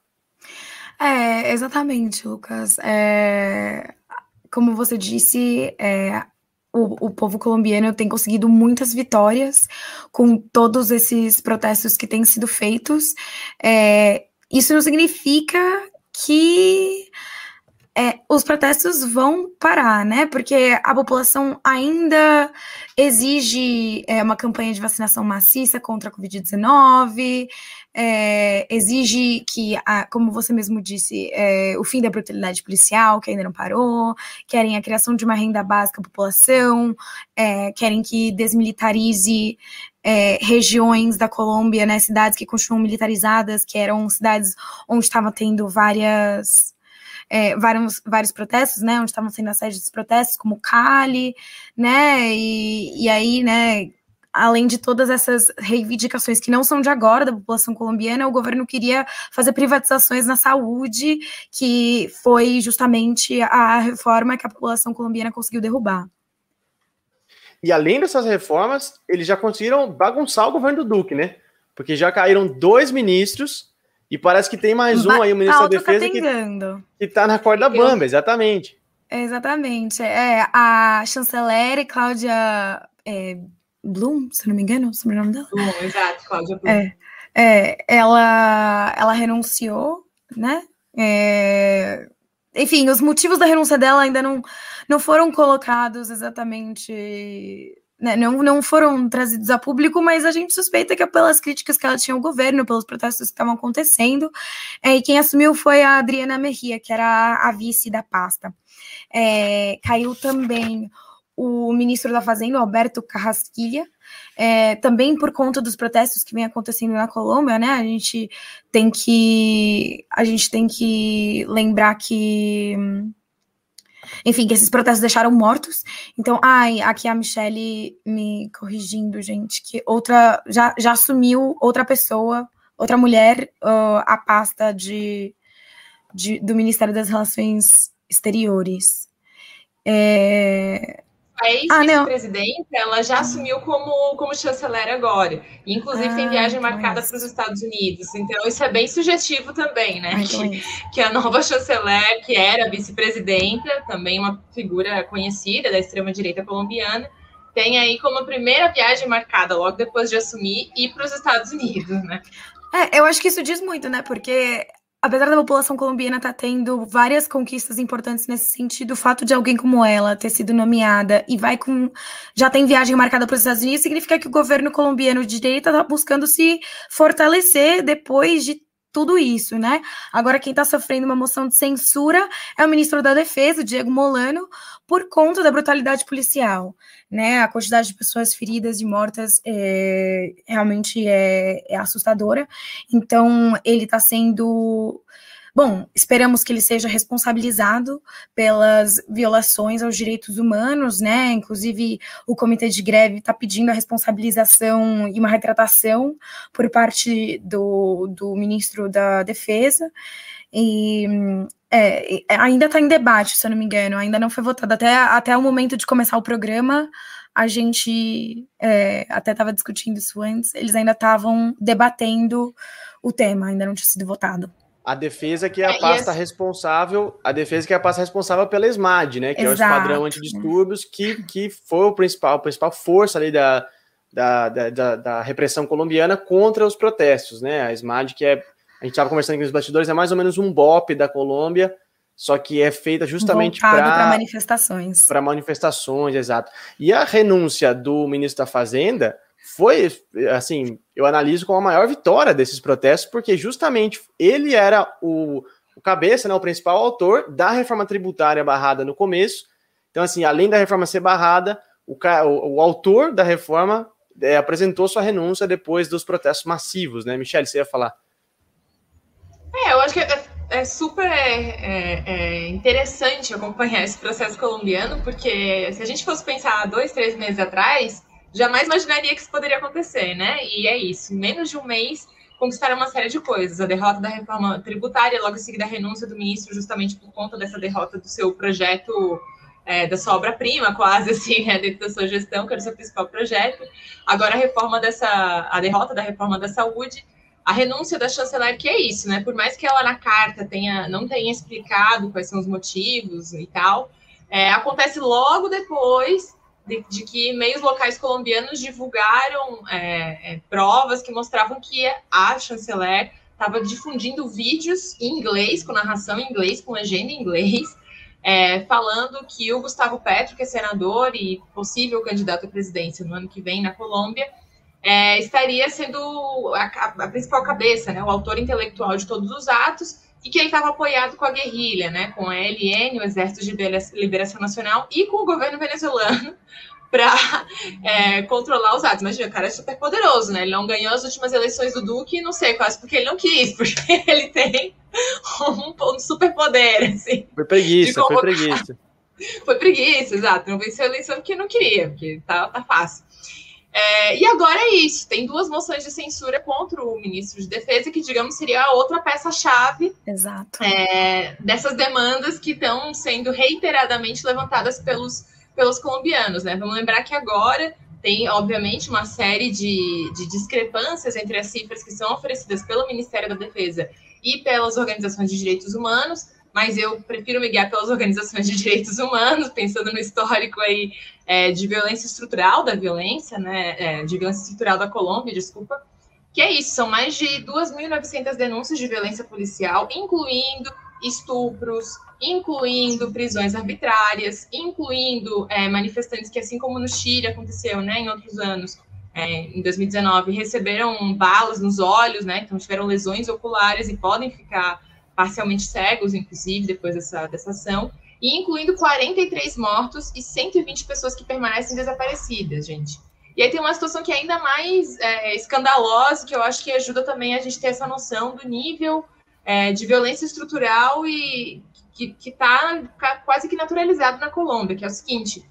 Speaker 3: É, exatamente, Lucas. É, como você disse, é, o, o povo colombiano tem conseguido muitas vitórias com todos esses protestos que têm sido feitos. É, isso não significa que É, os protestos vão parar, né? Porque a população ainda exige é, uma campanha de vacinação maciça contra a covid dezenove, é, exige que, a, como você mesmo disse, é, o fim da brutalidade policial, que ainda não parou, querem a criação de uma renda básica à população, é, querem que desmilitarize É, regiões da Colômbia, né, cidades que continuam militarizadas, que eram cidades onde estava tendo várias... É, vários, vários protestos, né, onde estavam sendo a sede dos protestos, como Cali, né, e, e aí, né, além de todas essas reivindicações que não são de agora, da população colombiana, o governo queria fazer privatizações na saúde, que foi justamente a reforma que a população colombiana conseguiu derrubar.
Speaker 1: E além dessas reformas, eles já conseguiram bagunçar o governo do Duque, né, porque já caíram dois ministros. E parece que tem mais um aí, o ministro da Defesa, que, que tá na corda bamba, exatamente.
Speaker 3: Exatamente. É, a chanceler Cláudia é, Blum, se não me engano, o sobrenome dela.
Speaker 4: Blum, exato, Cláudia Blum.
Speaker 3: É, é, ela, ela renunciou, né? É, enfim, os motivos da renúncia dela ainda não, não foram colocados exatamente... Né, não, não foram trazidos a público, mas a gente suspeita que é pelas críticas que ela tinha ao governo, pelos protestos que estavam acontecendo, é, e quem assumiu foi a Adriana Mejía, que era a, a vice da pasta. É, caiu também o ministro da Fazenda, Alberto Carrasquilla, é, também por conta dos protestos que vem acontecendo na Colômbia, né, a gente tem que, a gente tem que lembrar que... Enfim, que esses protestos deixaram mortos. Então, ai, aqui a Michelle me corrigindo, gente, que outra, já, já assumiu outra pessoa, outra mulher, uh, a pasta de, de, do Ministério das Relações Exteriores. É...
Speaker 4: a ex-vice-presidenta, ah, ela já assumiu como, como chanceler agora. E, inclusive, ah, tem viagem marcada para os Estados Unidos. Então, isso é bem sugestivo também, né? Ai, que, que a nova chanceler, que era vice-presidenta, também uma figura conhecida da extrema-direita colombiana, tem aí como primeira viagem marcada, logo depois de assumir, ir para os Estados Unidos, né?
Speaker 3: É, eu acho que isso diz muito, né? Porque, apesar da população colombiana estar tá tendo várias conquistas importantes nesse sentido, o fato de alguém como ela ter sido nomeada e vai com já tem viagem marcada para os Estados Unidos, significa que o governo colombiano de direita está buscando se fortalecer depois de tudo isso, né? Agora, quem está sofrendo uma moção de censura é o ministro da Defesa, o Diego Molano, por conta da brutalidade policial, né? A quantidade de pessoas feridas e mortas é, realmente é, é assustadora. Então, ele está sendo... Bom, esperamos que ele seja responsabilizado pelas violações aos direitos humanos, né? Inclusive, o comitê de greve está pedindo a responsabilização e uma retratação por parte do, do ministro da Defesa. E é, ainda está em debate, se eu não me engano, ainda não foi votado. Até, até o momento de começar o programa, a gente é, até estava discutindo isso antes, eles ainda estavam debatendo o tema, ainda não tinha sido votado.
Speaker 1: A defesa que é a pasta é, responsável, a defesa que é a pasta responsável pela ESMAD, né? Que Exato. É o Esquadrão Antidistúrbios, que, que foi o principal, a principal força ali da, da, da, da repressão colombiana contra os protestos, né? A ESMAD, que é, a gente estava conversando aqui nos bastidores, é mais ou menos um B O P da Colômbia, só que é feita justamente para
Speaker 3: manifestações.
Speaker 1: Para manifestações, exato. E a renúncia do ministro da Fazenda foi, assim, eu analiso como a maior vitória desses protestos, porque justamente ele era o, o cabeça, né, o principal autor da reforma tributária barrada no começo. Então, assim, além da reforma ser barrada, o, o, o autor da reforma é, apresentou sua renúncia depois dos protestos massivos, né? Michele, você ia falar?
Speaker 4: É, eu acho que é, é super é, é interessante acompanhar esse processo colombiano, porque se a gente fosse pensar dois, três meses atrás, jamais imaginaria que isso poderia acontecer, né? E é isso. Em menos de um mês, conquistaram uma série de coisas. A derrota da reforma tributária, logo em seguida a renúncia do ministro, justamente por conta dessa derrota do seu projeto, é, da sua obra-prima, quase assim, né, dentro da sua gestão, que era o seu principal projeto. Agora a reforma dessa, a derrota da reforma da saúde, a renúncia da chanceler, que é isso, né? Por mais que ela na carta tenha, não tenha explicado quais são os motivos e tal, é, acontece logo depois De, de que meios locais colombianos divulgaram é, é, provas que mostravam que a chanceler estava difundindo vídeos em inglês, com narração em inglês, com legenda em inglês, é, falando que o Gustavo Petro, que é senador e possível candidato à presidência no ano que vem na Colômbia, é, estaria sendo a, a principal cabeça, né, o autor intelectual de todos os atos, e que ele estava apoiado com a guerrilha, né, com a E L N, o Exército de Liberação Nacional, e com o governo venezuelano para é, controlar os atos. Imagina, o cara é super poderoso, né? Ele não ganhou as últimas eleições do Duque, não sei, quase porque ele não quis, porque ele tem um, um super poder, assim.
Speaker 1: Foi preguiça, foi preguiça.
Speaker 4: Foi preguiça, exato. Não venceu a eleição porque não queria, porque tá, tá fácil. É, e agora é isso, tem duas moções de censura contra o ministro de Defesa, que, digamos, seria a outra peça-chave é, dessas demandas que estão sendo reiteradamente levantadas pelos, pelos colombianos, né? Vamos lembrar que agora tem, obviamente, uma série de, de discrepâncias entre as cifras que são oferecidas pelo Ministério da Defesa e pelas organizações de direitos humanos, mas eu prefiro me guiar pelas organizações de direitos humanos, pensando no histórico aí é, de violência estrutural da violência, né, é, de violência estrutural da Colômbia, desculpa, que é isso, são mais de duas mil e novecentas denúncias de violência policial, incluindo estupros, incluindo prisões arbitrárias, incluindo é, manifestantes que, assim como no Chile aconteceu, né, em outros anos, é, em dois mil e dezenove, receberam balas nos olhos, né, então tiveram lesões oculares e podem ficar parcialmente cegos, inclusive, depois dessa, dessa ação, e incluindo quarenta e três mortos e cento e vinte pessoas que permanecem desaparecidas, gente. E aí tem uma situação que é ainda mais é, escandalosa, que eu acho que ajuda também a gente ter essa noção do nível é, de violência estrutural e que está quase que naturalizado na Colômbia, que é o seguinte: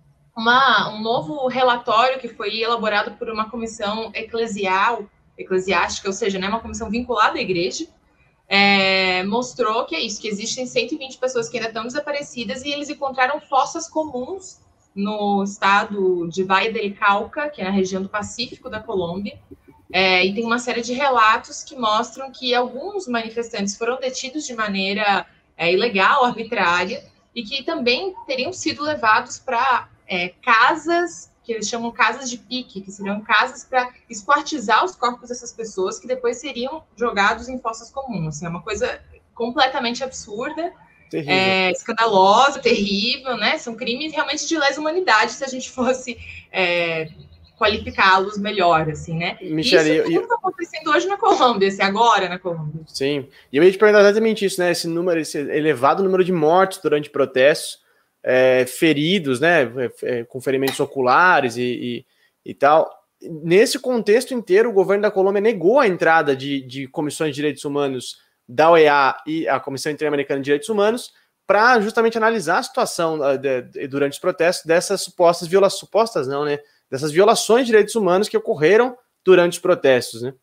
Speaker 4: uma, um novo relatório que foi elaborado por uma comissão eclesial, eclesiástica, ou seja, né, uma comissão vinculada à igreja, É, mostrou que é isso, que existem cento e vinte pessoas que ainda estão desaparecidas e eles encontraram fossas comuns no estado de Valle del Cauca, que é na região do Pacífico da Colômbia, é, e tem uma série de relatos que mostram que alguns manifestantes foram detidos de maneira é, ilegal, arbitrária, e que também teriam sido levados para é, casas, que eles chamam casas de pique, que seriam casas para esquartizar os corpos dessas pessoas, que depois seriam jogados em fossas comuns. Assim, é uma coisa completamente absurda, é, escandalosa, terrível, né? São crimes realmente de lesa humanidade, se a gente fosse é, qualificá-los melhor, assim, né?
Speaker 1: Michele,
Speaker 4: isso tudo está acontecendo hoje na Colômbia, assim, agora na Colômbia.
Speaker 1: Sim, e eu ia te perguntar exatamente isso, né? Esse número, esse elevado número de mortes durante protestos, é, feridos, né? É, com ferimentos oculares e, e, e tal. Nesse contexto inteiro, o governo da Colômbia negou a entrada de, de comissões de direitos humanos da O E A e a Comissão Interamericana de Direitos Humanos para justamente analisar a situação de, de, durante os protestos dessas supostas violações, supostas não, né? Dessas violações de direitos humanos que ocorreram durante os protestos, né?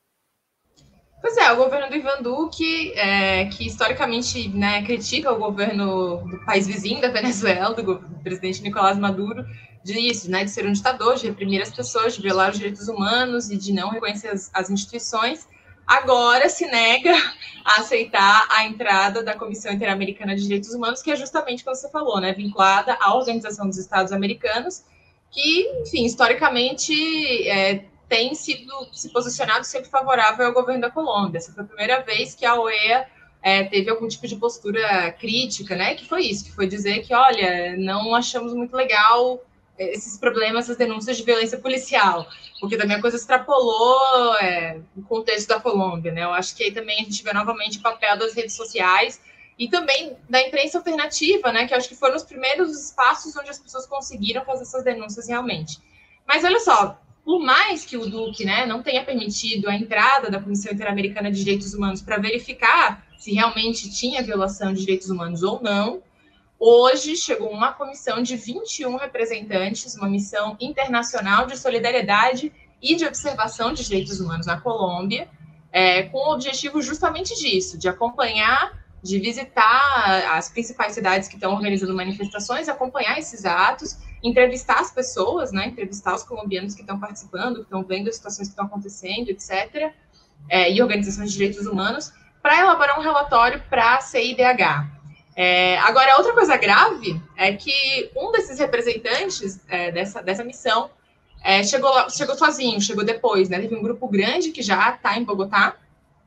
Speaker 4: Pois é, o governo do Ivan Duque, é, que historicamente, né, critica o governo do país vizinho da Venezuela, do, do presidente Nicolás Maduro, disso, né, de ser um ditador, de reprimir as pessoas, de violar os direitos humanos e de não reconhecer as, as instituições, agora se nega a aceitar a entrada da Comissão Interamericana de Direitos Humanos, que é justamente como você falou, né, vinculada à Organização dos Estados Americanos, que, enfim, historicamente é, tem sido se posicionado sempre favorável ao governo da Colômbia. Essa foi a primeira vez que a O E A é, teve algum tipo de postura crítica, né, que foi isso, que foi dizer que, olha, não achamos muito legal esses problemas, essas denúncias de violência policial, porque também a coisa extrapolou é, o contexto da Colômbia, né? Eu acho que aí também a gente vê novamente o papel das redes sociais e também da imprensa alternativa, né? Que eu acho que foram os primeiros espaços onde as pessoas conseguiram fazer essas denúncias realmente. Mas olha só, por mais que o Duque, né, não tenha permitido a entrada da Comissão Interamericana de Direitos Humanos para verificar se realmente tinha violação de direitos humanos ou não, hoje chegou uma comissão de vinte e um representantes, uma missão internacional de solidariedade e de observação de direitos humanos na Colômbia, é, com o objetivo justamente disso, de acompanhar, de visitar as principais cidades que estão organizando manifestações, acompanhar esses atos, entrevistar as pessoas, né, entrevistar os colombianos que estão participando, que estão vendo as situações que estão acontecendo, etcétera, é, e organizações de direitos humanos, para elaborar um relatório para a C I D H. É, agora, outra coisa grave é que um desses representantes é, dessa, dessa missão é, chegou, chegou sozinho, chegou depois, né? Teve um grupo grande que já está em Bogotá,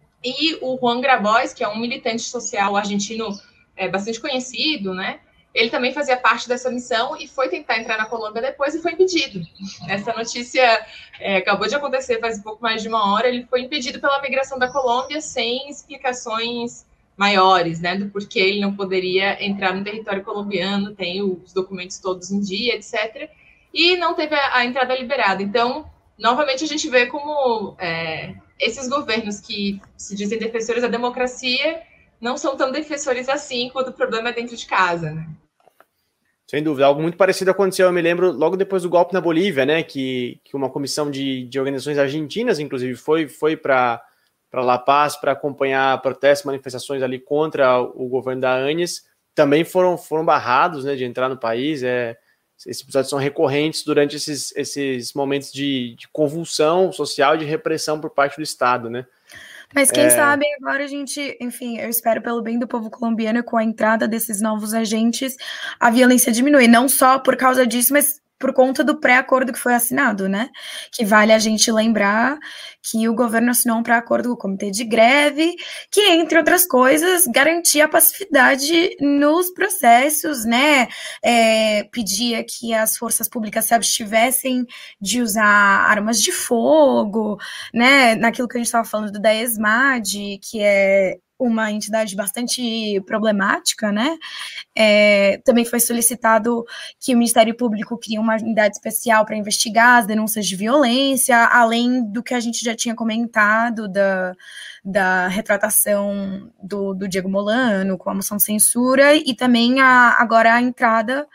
Speaker 4: e o Juan Grabois, que é um militante social argentino é, bastante conhecido, né? Ele também fazia parte dessa missão e foi tentar entrar na Colômbia depois e foi impedido. Essa notícia é, acabou de acontecer faz um pouco mais de uma hora. Ele foi impedido pela migração da Colômbia sem explicações maiores, né, do porquê ele não poderia entrar no território colombiano, tem os documentos todos em dia, etcétera, e não teve a, a entrada liberada. Então, novamente, a gente vê como é, esses governos que se dizem defensores da democracia não são tão defensores assim quando o problema é dentro de casa, né?
Speaker 1: Sem dúvida, algo muito parecido aconteceu, eu me lembro, logo depois do golpe na Bolívia, né, que, que uma comissão de, de organizações argentinas, inclusive, foi, foi para para La Paz, para acompanhar protestos, manifestações ali contra o governo da Áñez, também foram, foram barrados, né, de entrar no país. É, esses episódios são recorrentes durante esses, esses momentos de, de convulsão social e de repressão por parte do Estado, né?
Speaker 3: Mas quem
Speaker 1: é...
Speaker 3: sabe agora a gente, enfim, eu espero pelo bem do povo colombiano, com a entrada desses novos agentes, a violência diminui, não só por causa disso, mas por conta do pré-acordo que foi assinado, né? Que vale a gente lembrar que o governo assinou um pré-acordo com o Comitê de Greve, que, entre outras coisas, garantia a pacificidade nos processos, né? É, pedia que as forças públicas se abstivessem de usar armas de fogo, né? Naquilo que a gente estava falando da ESMAD, que é uma entidade bastante problemática, né? É, também foi solicitado que o Ministério Público crie uma unidade especial para investigar as denúncias de violência, além do que a gente já tinha comentado da, da retratação do, do Diego Molano com a moção de censura, e também a, agora a entrada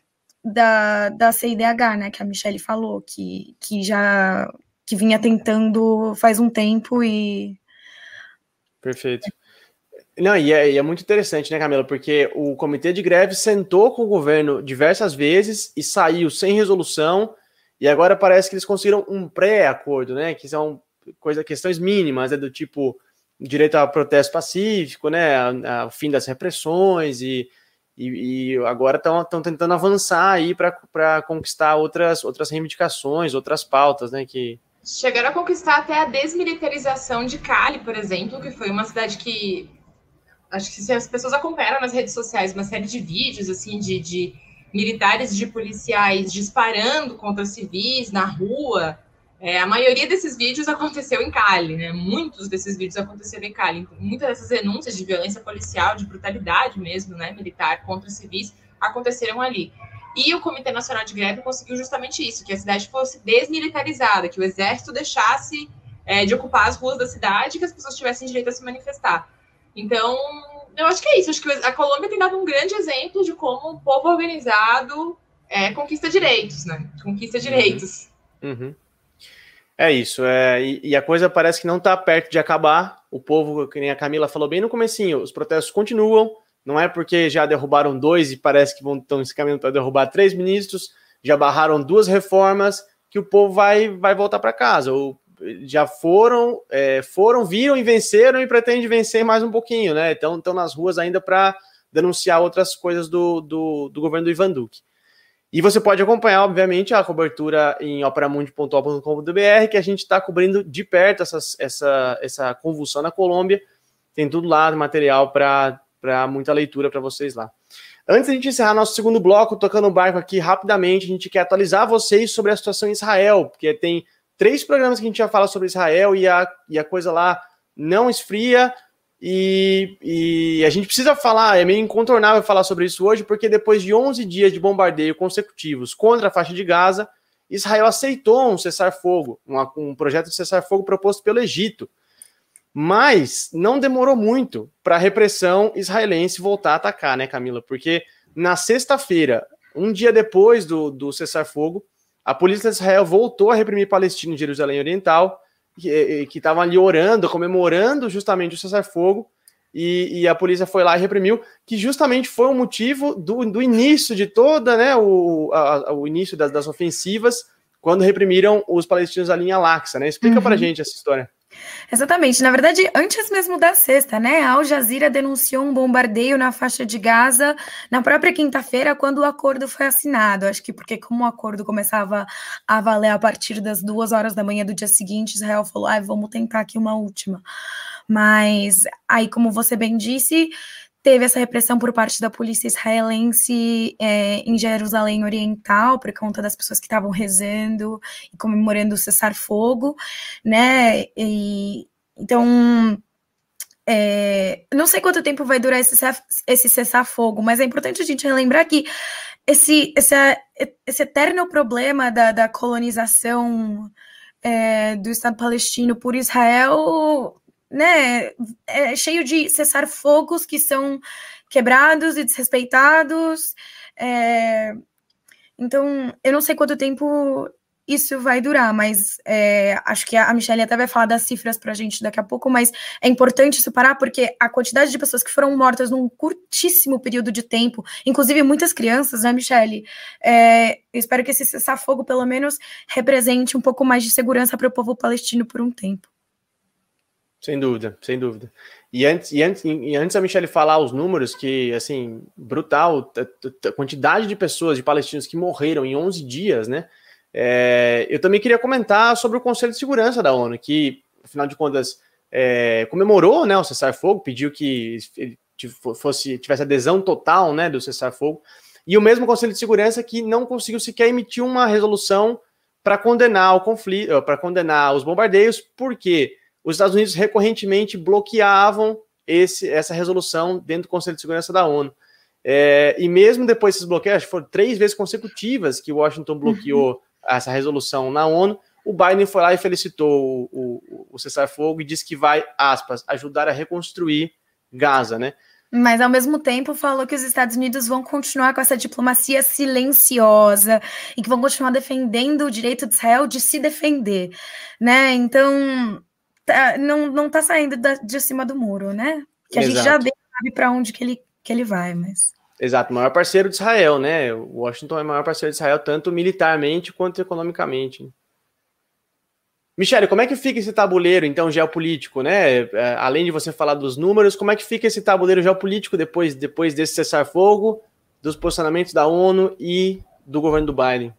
Speaker 3: da, da C I D H, né, que a Michele falou, que, que já que vinha tentando faz um tempo e...
Speaker 1: Perfeito. Não, e é, e é muito interessante, né, Camila? Porque o comitê de greve sentou com o governo diversas vezes e saiu sem resolução, e agora parece que eles conseguiram um pré-acordo, né? Que são coisa, questões mínimas, né, do tipo direito a protesto pacífico, né? O fim das repressões, e, e, e agora estão tentando avançar aí para conquistar outras, outras reivindicações, outras pautas, né? Que...
Speaker 4: Chegaram a conquistar até a desmilitarização de Cali, por exemplo, que foi uma cidade que. Acho que se as pessoas acompanharam nas redes sociais uma série de vídeos assim de, de militares, de policiais disparando contra civis na rua, é, a maioria desses vídeos aconteceu em Cali, né? Muitos desses vídeos aconteceram em Cali. Muitas dessas denúncias de violência policial, de brutalidade mesmo, né, militar contra civis, aconteceram ali. E o Comitê Nacional de Greve conseguiu justamente isso, que a cidade fosse desmilitarizada, que o exército deixasse é, de ocupar as ruas da cidade, que as pessoas tivessem direito a se manifestar. Então, eu acho que é isso. Acho que a Colômbia tem dado um grande exemplo de como o povo organizado é, conquista direitos, né? Conquista direitos.
Speaker 1: Uhum. Uhum. É isso. É, e, e a coisa parece que não está perto de acabar. O povo, que nem a Camila falou bem no comecinho, os protestos continuam. Não é porque já derrubaram dois e parece que vão estão se caminhando para derrubar três ministros, já barraram duas reformas, que o povo vai, vai voltar para casa. Ou já foram, é, foram, viram e venceram e pretendem vencer mais um pouquinho, né? Então estão nas ruas ainda para denunciar outras coisas do, do, do governo do Ivan Duque. E você pode acompanhar, obviamente, a cobertura em operamundi ponto o ponto com ponto b r, que a gente está cobrindo de perto essas, essa, essa convulsão na Colômbia. Tem tudo lá, material para para muita leitura para vocês lá. Antes de a gente encerrar nosso segundo bloco, tocando o barco aqui rapidamente, a gente quer atualizar vocês sobre a situação em Israel, porque tem três programas que a gente já fala sobre Israel e a, e a coisa lá não esfria, e, e a gente precisa falar, é meio incontornável falar sobre isso hoje, porque depois de onze dias de bombardeio consecutivos contra a faixa de Gaza, Israel aceitou um cessar-fogo, um, um projeto de cessar-fogo proposto pelo Egito. Mas não demorou muito para a repressão israelense voltar a atacar, né, Camila? Porque na sexta-feira, um dia depois do, do cessar-fogo, a polícia de Israel voltou a reprimir palestinos em Jerusalém Oriental, que estavam ali orando, comemorando justamente o cessar-fogo, e, e a polícia foi lá e reprimiu, que justamente foi o motivo do, do início de toda, né, o, a, o início das, das ofensivas, quando reprimiram os palestinos ali em Al-Aqsa, né? Explica uhum. pra gente essa história.
Speaker 3: Exatamente. Na verdade, antes mesmo da sexta, né, a Al Jazeera denunciou um bombardeio na faixa de Gaza na própria quinta-feira, quando o acordo foi assinado. Acho que porque como o acordo começava a valer a partir das duas horas da manhã do dia seguinte, Israel falou, ah, vamos tentar aqui uma última. Mas aí, como você bem disse, teve essa repressão por parte da polícia israelense é, em Jerusalém Oriental, por conta das pessoas que estavam rezando e comemorando o cessar-fogo, né? E, então, é, não sei quanto tempo vai durar esse, esse cessar-fogo, mas é importante a gente relembrar que esse, esse, esse eterno problema da, da colonização é, do Estado palestino por Israel, né, é cheio de cessar-fogos que são quebrados e desrespeitados, é, então eu não sei quanto tempo isso vai durar, mas é, acho que a Michelle até vai falar das cifras pra gente daqui a pouco, mas é importante separar porque a quantidade de pessoas que foram mortas num curtíssimo período de tempo, inclusive muitas crianças, né, Michelle? É, eu espero que esse cessar-fogo pelo menos represente um pouco mais de segurança para o povo palestino por um tempo.
Speaker 1: Sem dúvida, sem dúvida. E antes, e antes, e antes a Michelle falar os números, que, assim, brutal, a quantidade de pessoas, de palestinos que morreram em onze dias, né? É, eu também queria comentar sobre o Conselho de Segurança da ONU, que, afinal de contas, é, comemorou, né, o cessar-fogo, pediu que ele fosse, tivesse adesão total, né, do cessar-fogo, e o mesmo Conselho de Segurança que não conseguiu sequer emitir uma resolução para condenar o conflito, para condenar os bombardeios, porque os Estados Unidos recorrentemente bloqueavam esse, essa resolução dentro do Conselho de Segurança da ONU. É, e mesmo depois desses bloqueios, foram três vezes consecutivas que Washington bloqueou uhum. essa resolução na ONU, o Biden foi lá e felicitou o, o, o cessar-fogo e disse que vai, aspas, ajudar a reconstruir Gaza, né?
Speaker 3: Mas, ao mesmo tempo, falou que os Estados Unidos vão continuar com essa diplomacia silenciosa e que vão continuar defendendo o direito de Israel de se defender, né? Então, tá, não, não tá saindo da, de cima do muro, né? Que a Exato. gente já vê sabe para onde que ele, que ele vai, mas...
Speaker 1: Exato, o maior parceiro de Israel, né? O Washington é o maior parceiro de Israel, tanto militarmente quanto economicamente. Michele, como é que fica esse tabuleiro, então, geopolítico, né? É, além de você falar dos números, como é que fica esse tabuleiro geopolítico depois, depois desse cessar-fogo, dos posicionamentos da ONU e do governo do Biden?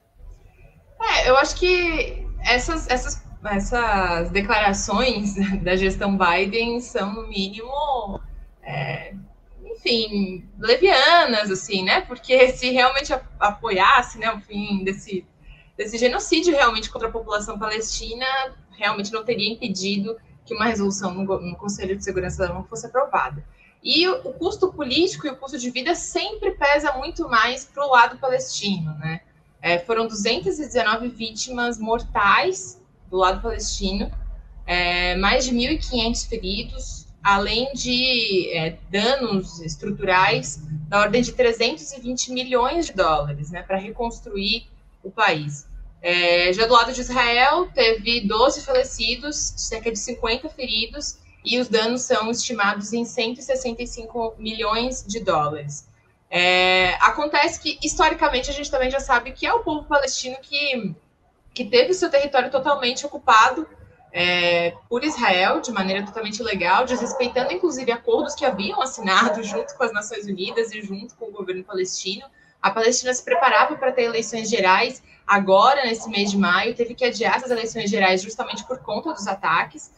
Speaker 4: É, eu acho que essas, essas, essas declarações da gestão Biden são, no mínimo, é, enfim, levianas, assim, né? Porque se realmente apoiasse, né, o fim desse, desse genocídio realmente contra a população palestina, realmente não teria impedido que uma resolução no, no Conselho de Segurança da ONU fosse aprovada. E o, o custo político e o custo de vida sempre pesa muito mais para o lado palestino, né? É, foram duzentas e dezenove vítimas mortais do lado palestino, é, mais de mil e quinhentos feridos, além de é, danos estruturais da ordem de trezentos e vinte milhões de dólares, né, para reconstruir o país. É, já do lado de Israel, teve doze falecidos, cerca de cinquenta feridos, e os danos são estimados em cento e sessenta e cinco milhões de dólares. É, acontece que, historicamente, a gente também já sabe que é o povo palestino que, que teve o seu território totalmente ocupado é, por Israel, de maneira totalmente ilegal, desrespeitando, inclusive, acordos que haviam assinado junto com as Nações Unidas e junto com o governo palestino. A Palestina se preparava para ter eleições gerais agora, nesse mês de maio, teve que adiar essas eleições gerais justamente por conta dos ataques.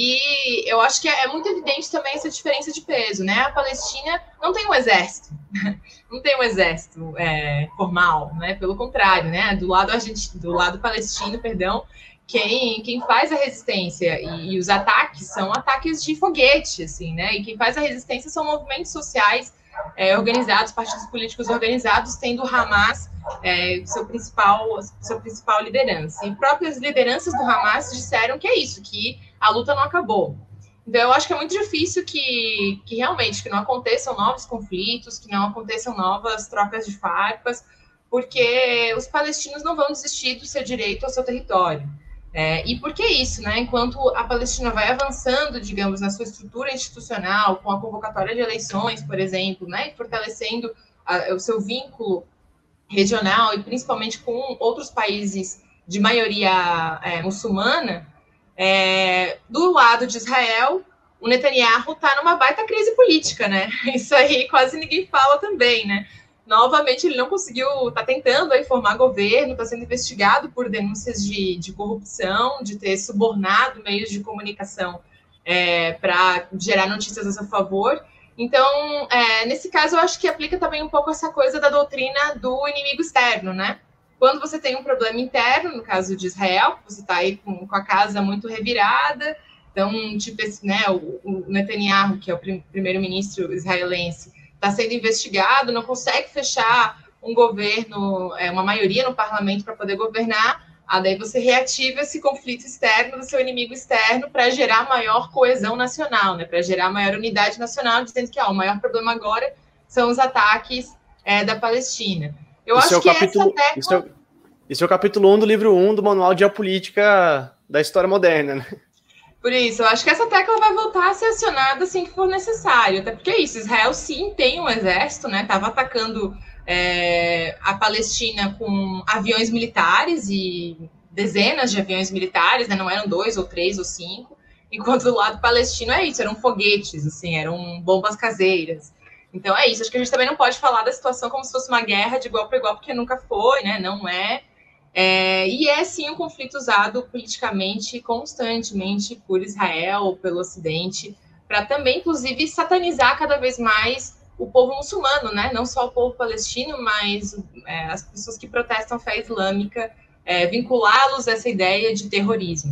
Speaker 4: E eu acho que é muito evidente também essa diferença de peso, né? A Palestina não tem um exército, não tem um exército é, formal, né? Pelo contrário, né? Do lado, argentino, do lado palestino, perdão, quem, quem faz a resistência e, e os ataques são ataques de foguete, assim, né? E quem faz a resistência são movimentos sociais é, organizados, partidos políticos organizados, tendo o Hamas é, seu principal, seu principal liderança. E próprias lideranças do Hamas disseram que é isso, que a luta não acabou. Então, eu acho que é muito difícil que, que realmente que não aconteçam novos conflitos, que não aconteçam novas trocas de farpas, porque os palestinos não vão desistir do seu direito ao seu território. É, e por que isso, né? Enquanto a Palestina vai avançando, digamos, na sua estrutura institucional, com a convocatória de eleições, por exemplo, né, fortalecendo a, o seu vínculo regional e principalmente com outros países de maioria é, muçulmana, é, do lado de Israel, o Netanyahu está numa baita crise política, né? Isso aí quase ninguém fala também, né? Novamente, ele não conseguiu, está tentando aí formar governo, está sendo investigado por denúncias de, de corrupção, de ter subornado meios de comunicação é, para gerar notícias a seu favor. Então, é, nesse caso, eu acho que aplica também um pouco essa coisa da doutrina do inimigo externo, né? Quando você tem um problema interno, no caso de Israel, você está aí com, com a casa muito revirada, então, tipo, né, o, o Netanyahu, que é o prim, primeiro-ministro israelense, está sendo investigado, não consegue fechar um governo, é, uma maioria no parlamento para poder governar, aí daí você reativa esse conflito externo do seu inimigo externo para gerar maior coesão nacional, né, para gerar maior unidade nacional, dizendo que ó, o maior problema agora são os ataques é, da Palestina. Eu
Speaker 1: isso
Speaker 4: acho
Speaker 1: é o
Speaker 4: que
Speaker 1: capítulo,
Speaker 4: essa tecla...
Speaker 1: isso, é, isso é o capítulo um do livro um do Manual de Geopolítica da História Moderna, né?
Speaker 4: Por isso, eu acho que essa tecla vai voltar a ser acionada assim que for necessário, até porque é isso, Israel sim tem um exército, né, estava atacando é, a Palestina com aviões militares e dezenas de aviões militares, né, não eram dois ou três ou cinco, enquanto do lado palestino é isso, eram foguetes, assim, eram bombas caseiras. Então é isso, acho que a gente também não pode falar da situação como se fosse uma guerra de igual para igual, porque nunca foi, né, não é. É, e é, sim, um conflito usado politicamente constantemente por Israel, pelo Ocidente, para também, inclusive, satanizar cada vez mais o povo muçulmano, né? Não só o povo palestino, mas é, as pessoas que protestam a fé islâmica, é, vinculá-los a essa ideia de terrorismo.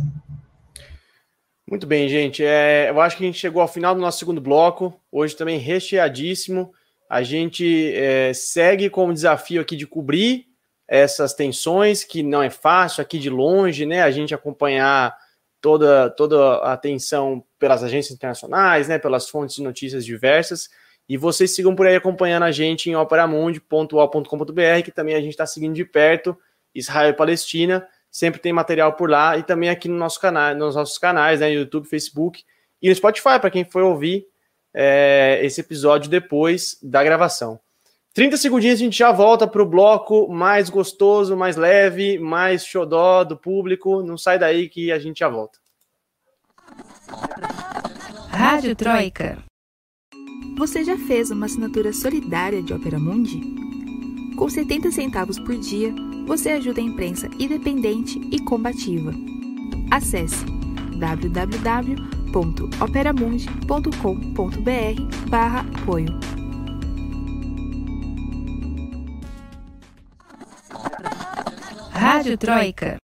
Speaker 1: Muito bem, gente. É, eu acho que a gente chegou ao final do nosso segundo bloco, hoje também recheadíssimo. A gente é, segue com o desafio aqui de cobrir essas tensões, que não é fácil aqui de longe, né, a gente acompanhar toda, toda a tensão pelas agências internacionais, né, pelas fontes de notícias diversas, e vocês sigam por aí acompanhando a gente em operamundi ponto u o l ponto com ponto b r, que também a gente está seguindo de perto, Israel e Palestina, sempre tem material por lá, e também aqui no nosso canal, nos nossos canais, né, YouTube, Facebook, e no Spotify, para quem for ouvir é, esse episódio depois da gravação. trinta segundinhos a gente já volta para o bloco mais gostoso, mais leve, mais xodó do público. Não sai daí que a gente já volta.
Speaker 2: Rádio Troika. Você já fez uma assinatura solidária de Opera Mundi? Com setenta centavos por dia, você ajuda a imprensa independente e combativa. Acesse w w w ponto operamundi ponto com ponto b r barra apoio. Rádio Troika.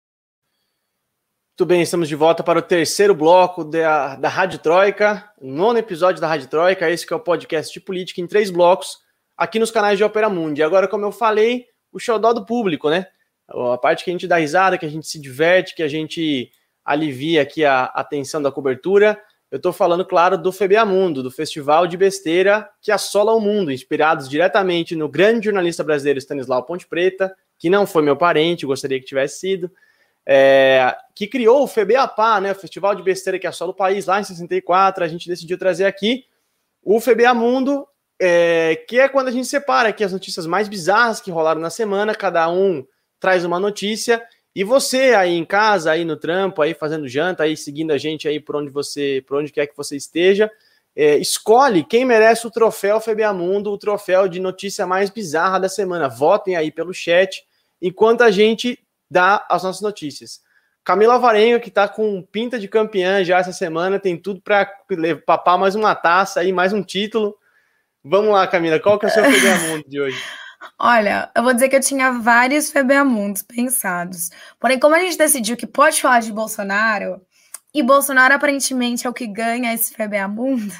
Speaker 1: Muito bem, estamos de volta para o terceiro bloco da, da Rádio Troika, o nono episódio da Rádio Troika, esse que é o podcast de política em três blocos, aqui nos canais de Opera Mundi. Agora, como eu falei, o xodó do público, né? A parte que a gente dá risada, que a gente se diverte, que a gente alivia aqui a atenção da cobertura. Eu estou falando, claro, do FeBeamundo, do Festival de Besteira que assola o mundo, inspirados diretamente no grande jornalista brasileiro Stanislau Ponte Preta, que não foi meu parente, gostaria que tivesse sido, é, que criou o FeBeapá, né, o Festival de Besteira que assola o país, lá em sessenta e quatro. A gente decidiu trazer aqui o FeBeamundo, é, que é quando a gente separa aqui as notícias mais bizarras que rolaram na semana, cada um traz uma notícia, e você aí em casa, aí no trampo, aí fazendo janta, aí seguindo a gente aí por onde você, por onde quer que você esteja, é, escolhe quem merece o troféu FeBeamundo, o troféu de notícia mais bizarra da semana. Votem aí pelo chat, enquanto a gente dá as nossas notícias. Camila Alvarenga, que está com pinta de campeã já essa semana, tem tudo para papar mais uma taça aí, mais um título. Vamos lá, Camila, qual que é o seu FeBeamundo de hoje?
Speaker 3: Olha, eu vou dizer que eu tinha vários FeBeamundos pensados. Porém, como a gente decidiu que pode falar de Bolsonaro, e Bolsonaro aparentemente é o que ganha esse FeBeamundo,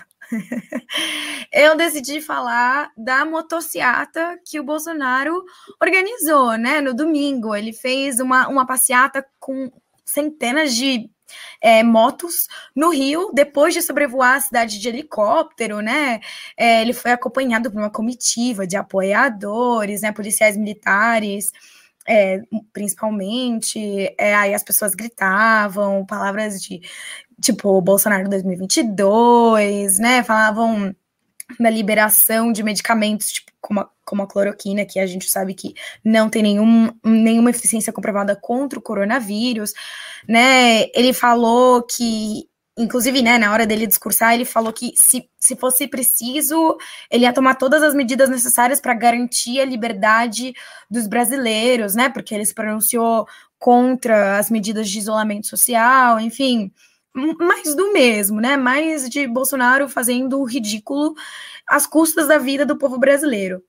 Speaker 3: eu decidi falar da motociata que o Bolsonaro organizou, né? No domingo, ele fez uma, uma passeata com centenas de É, motos no Rio, depois de sobrevoar a cidade de helicóptero, né? É, ele foi acompanhado por uma comitiva de apoiadores, né? Policiais militares, é, principalmente. É, aí as pessoas gritavam palavras de tipo Bolsonaro dois mil e vinte e dois, né? Falavam da liberação de medicamentos, tipo, como a, como a cloroquina, que a gente sabe que não tem nenhum, nenhuma eficiência comprovada contra o coronavírus, né? Ele falou que, inclusive, né, na hora dele discursar, ele falou que se, se fosse preciso, ele ia tomar todas as medidas necessárias para garantir a liberdade dos brasileiros, né? Porque ele se pronunciou contra as medidas de isolamento social, enfim, mais do mesmo, né? Mais de Bolsonaro fazendo o ridículo às custas da vida do povo brasileiro.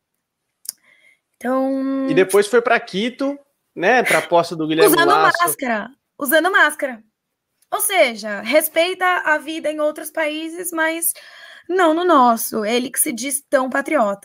Speaker 3: Então...
Speaker 1: E depois foi para Quito, né? Para a posse do Guilherme
Speaker 3: Usando
Speaker 1: Lasso.
Speaker 3: máscara. Usando máscara. Ou seja, respeita a vida em outros países, mas não no nosso. Ele que se diz tão patriota.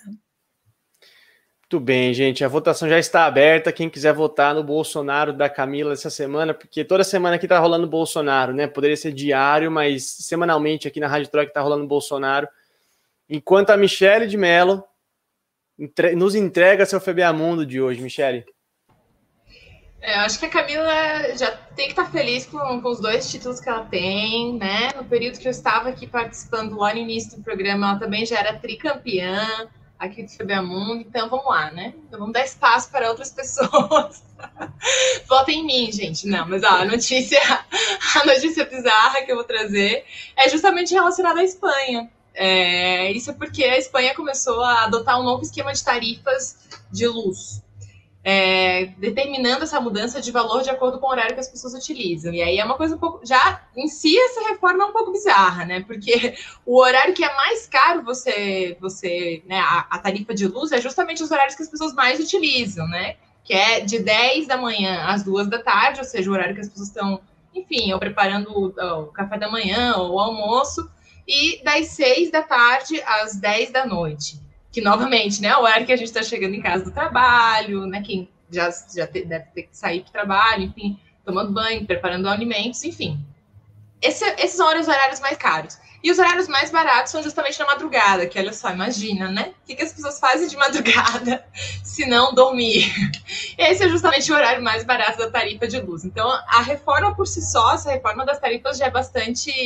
Speaker 1: Muito bem, gente. A votação já está aberta. Quem quiser votar no Bolsonaro da Camila essa semana, porque toda semana aqui tá rolando Bolsonaro, né? Poderia ser diário, mas semanalmente aqui na Rádio Troika tá rolando Bolsonaro. Enquanto a Michele de Mello entre... nos entrega seu FeBeamundo de hoje, Michele.
Speaker 4: É, eu acho que a Camila já tem que estar feliz com, com os dois títulos que ela tem, né? No período que eu estava aqui participando lá no início do programa, ela também já era tricampeã aqui do FeBeamundo, então vamos lá, né? Então vamos dar espaço para outras pessoas. Votem em mim, gente. Não, mas ó, a notícia, a notícia bizarra que eu vou trazer é justamente relacionada à Espanha. É, isso é porque a Espanha começou a adotar um novo esquema de tarifas de luz, é, determinando essa mudança de valor de acordo com o horário que as pessoas utilizam. E aí é uma coisa um pouco... Já em si, essa reforma é um pouco bizarra, né? Porque o horário que é mais caro você... você né, a, a tarifa de luz é justamente os horários que as pessoas mais utilizam, né? Que é de dez da manhã às duas da tarde, ou seja, o horário que as pessoas estão, enfim, ou preparando o, o café da manhã ou o almoço, e das seis da tarde às dez da noite. Que, novamente, né, é o horário que a gente está chegando em casa do trabalho, né, quem já, já te, deve ter que sair para o trabalho, enfim, tomando banho, preparando alimentos, enfim. Esse, esses são os horários mais caros. E os horários mais baratos são justamente na madrugada, que olha só, imagina, né? O que, que as pessoas fazem de madrugada se não dormir? Esse é justamente o horário mais barato da tarifa de luz. Então, a reforma por si só, essa reforma das tarifas já é bastante...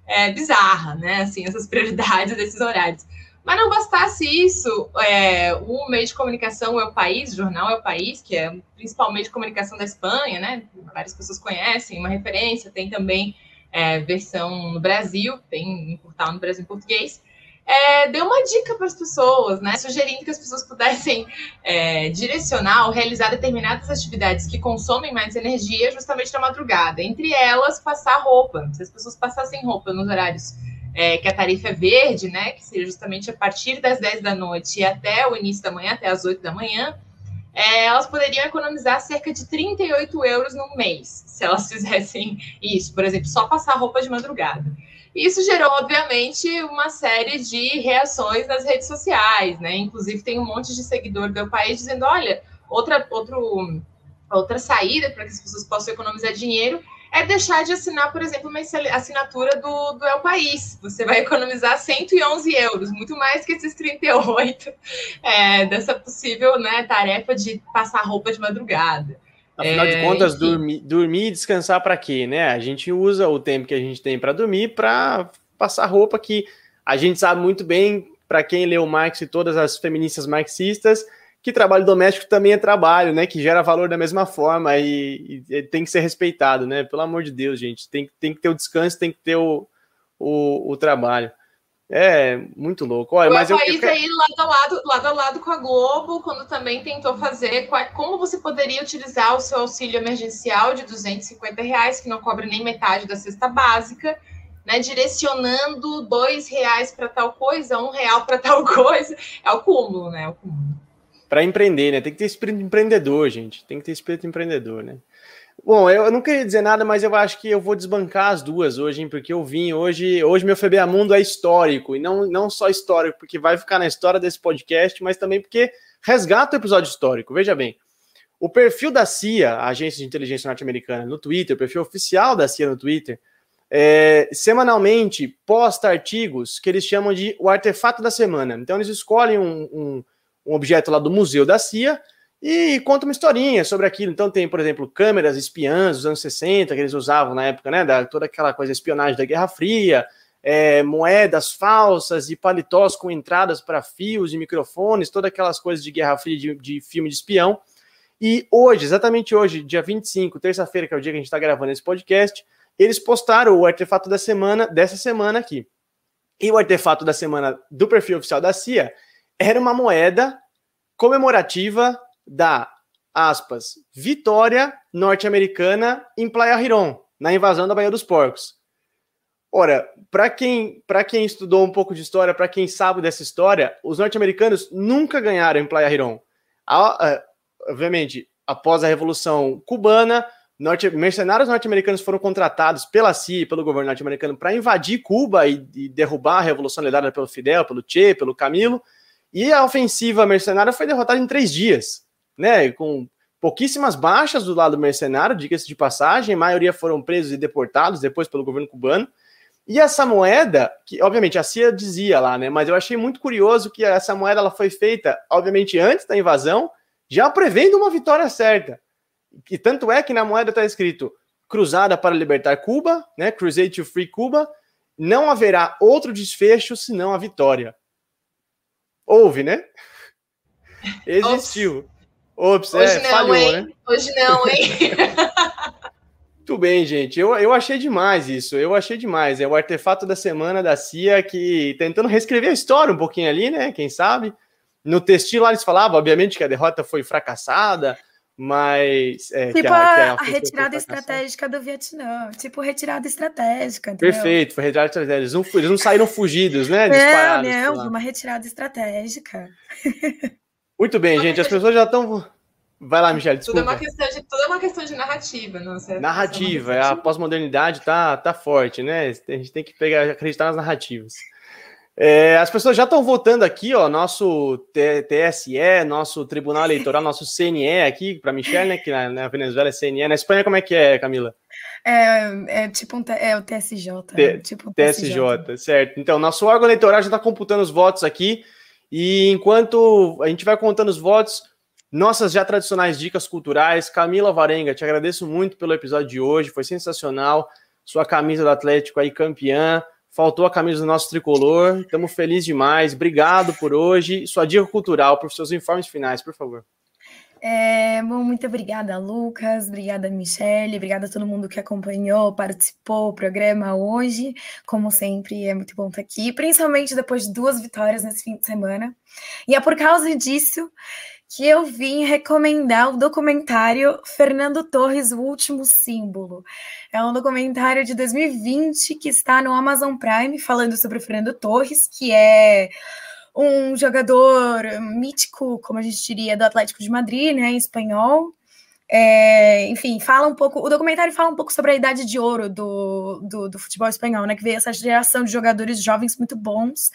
Speaker 4: é, bizarra, né? Assim, essas prioridades desses horários. Mas não bastasse isso, é, o meio de comunicação é o País, o jornal é o País, que é o principal meio de comunicação da Espanha, né? Várias pessoas conhecem, uma referência, tem também é, versão no Brasil, tem um portal no Brasil em português. É, deu uma dica para as pessoas, né? Sugerindo que as pessoas pudessem é, direcionar ou realizar determinadas atividades que consomem mais energia justamente na madrugada. Entre elas, passar roupa. Se as pessoas passassem roupa nos horários É, que a tarifa é verde, né, que seria justamente a partir das dez da noite e até o início da manhã, até as oito da manhã, é, elas poderiam economizar cerca de trinta e oito euros no mês, se elas fizessem isso, por exemplo, só passar roupa de madrugada. Isso gerou, obviamente, uma série de reações nas redes sociais, né, inclusive tem um monte de seguidor do país dizendo, olha, outra, outro, outra saída para que as pessoas possam economizar dinheiro é deixar de assinar, por exemplo, uma assinatura do, do El País. Você vai economizar cento e onze euros, muito mais que esses trinta e oito é, dessa possível, né, tarefa de passar roupa de madrugada.
Speaker 1: Afinal
Speaker 4: é,
Speaker 1: de contas, dormir, dormir e descansar para quê, né? A gente usa o tempo que a gente tem para dormir para passar roupa, que a gente sabe muito bem, para quem leu Marx e todas as feministas marxistas, que trabalho doméstico também é trabalho, né? Que gera valor da mesma forma e, e tem que ser respeitado, né? Pelo amor de Deus, gente. Tem, tem que ter o descanso, tem que ter o, o, o trabalho. É muito louco. Olha,
Speaker 4: o
Speaker 1: mas
Speaker 4: eu,
Speaker 1: eu
Speaker 4: país eu... aí lado a lado, lado a lado com a Globo, quando também tentou fazer como você poderia utilizar o seu auxílio emergencial de duzentos e cinquenta reais, que não cobre nem metade da cesta básica, né? Direcionando dois reais para tal coisa, um real para tal coisa. É o cúmulo, né? É o cúmulo.
Speaker 1: Para empreender, né? Tem que ter espírito empreendedor, gente. Tem que ter espírito empreendedor, né? Bom, eu não queria dizer nada, mas eu acho que eu vou desbancar as duas hoje, hein? Porque eu vim hoje... Hoje meu FBAmundo é histórico. E não, não só histórico, porque vai ficar na história desse podcast, mas também porque resgata o episódio histórico. Veja bem, o perfil da C I A, a Agência de Inteligência Norte-Americana, no Twitter, o perfil oficial da C I A no Twitter, é, semanalmente posta artigos que eles chamam de o artefato da semana. Então eles escolhem um... um um objeto lá do museu da C I A e conta uma historinha sobre aquilo. Então tem, por exemplo, câmeras espiãs dos anos sessenta que eles usavam na época, né, da, toda aquela coisa, espionagem da Guerra Fria, é, moedas falsas e paletós com entradas para fios e microfones, todas aquelas coisas de Guerra Fria, de, de filme de espião. E hoje, exatamente hoje, dia vinte e cinco, terça-feira, que é o dia que a gente está gravando esse podcast, eles postaram o artefato da semana, dessa semana aqui. E o artefato da semana do perfil oficial da C I A era uma moeda comemorativa da, aspas, vitória norte-americana em Playa Girón, na invasão da Baía dos Porcos. Ora, para quem, para quem estudou um pouco de história, para quem sabe dessa história, os norte-americanos nunca ganharam em Playa Girón. Obviamente, após a Revolução Cubana, norte, mercenários norte-americanos foram contratados pela C I A, pelo governo norte-americano, para invadir Cuba e, e derrubar a Revolução liderada pelo Fidel, pelo Che, pelo Camilo. E a ofensiva mercenária foi derrotada em três dias, né? Com pouquíssimas baixas do lado mercenário, diga-se de passagem, a maioria foram presos e deportados depois pelo governo cubano. E essa moeda, que obviamente a C I A dizia lá, né? Mas eu achei muito curioso que essa moeda ela foi feita, obviamente, antes da invasão, já prevendo uma vitória certa. E tanto é que na moeda está escrito Cruzada para libertar Cuba, né? Crusade to Free Cuba, não haverá outro desfecho senão a vitória. Houve, né? Existiu. Ops,
Speaker 4: Hoje
Speaker 1: é,
Speaker 4: não,
Speaker 1: falhou,
Speaker 4: hein?
Speaker 1: né?
Speaker 4: Hoje não, hein?
Speaker 1: Muito bem, gente. Eu, eu achei demais isso. Eu achei demais. É o artefato da semana da C I A que tentando reescrever a história um pouquinho ali, né? Quem sabe? No textil lá eles falavam, obviamente, que a derrota foi fracassada, mas... É,
Speaker 3: tipo
Speaker 1: que a,
Speaker 3: a,
Speaker 1: que a,
Speaker 3: a retirada estratégica do Vietnã. Tipo retirada estratégica,
Speaker 1: entendeu? Perfeito, foi retirada estratégica. Eles não, eles não saíram fugidos, né?
Speaker 3: Não, não, uma retirada estratégica.
Speaker 1: Muito bem, gente. As pessoas já estão... Vai lá, Michele, desculpa.
Speaker 4: Tudo é uma questão de, tudo é uma questão de narrativa. Não, certo?
Speaker 1: Narrativa, a pós-modernidade tá, tá forte, né? A gente tem que pegar, acreditar nas narrativas. É, as pessoas já estão votando aqui, ó, nosso T S E, nosso Tribunal Eleitoral, nosso C N E aqui, para Michele, né, que na, na Venezuela é C N E. Na Espanha, como é que é, Camila?
Speaker 3: É, é tipo um é o T S J.
Speaker 1: T,
Speaker 3: é, tipo um
Speaker 1: T S J, T S J, certo. Então, nosso órgão eleitoral já está computando os votos aqui, e enquanto a gente vai contando os votos, nossas já tradicionais dicas culturais. Camila Varenga, te agradeço muito pelo episódio de hoje, foi sensacional. Sua camisa do Atlético aí campeã, faltou a camisa do nosso tricolor, estamos felizes demais, obrigado por hoje. Sua dica cultural, para os seus informes finais, por favor.
Speaker 3: É, bom, muito obrigada, Lucas, obrigada, Michele, obrigada a todo mundo que acompanhou, participou do programa hoje. Como sempre, é muito bom estar aqui, principalmente depois de duas vitórias nesse fim de semana. E é por causa disso que eu vim recomendar o documentário Fernando Torres, O Último Símbolo. É um documentário de dois mil e vinte que está no Amazon Prime, falando sobre o Fernando Torres, que é um jogador mítico, como a gente diria, do Atlético de Madrid, né, em espanhol. É, enfim, fala um pouco, o documentário fala um pouco sobre a idade de ouro do, do, do futebol espanhol, né, que veio essa geração de jogadores jovens muito bons,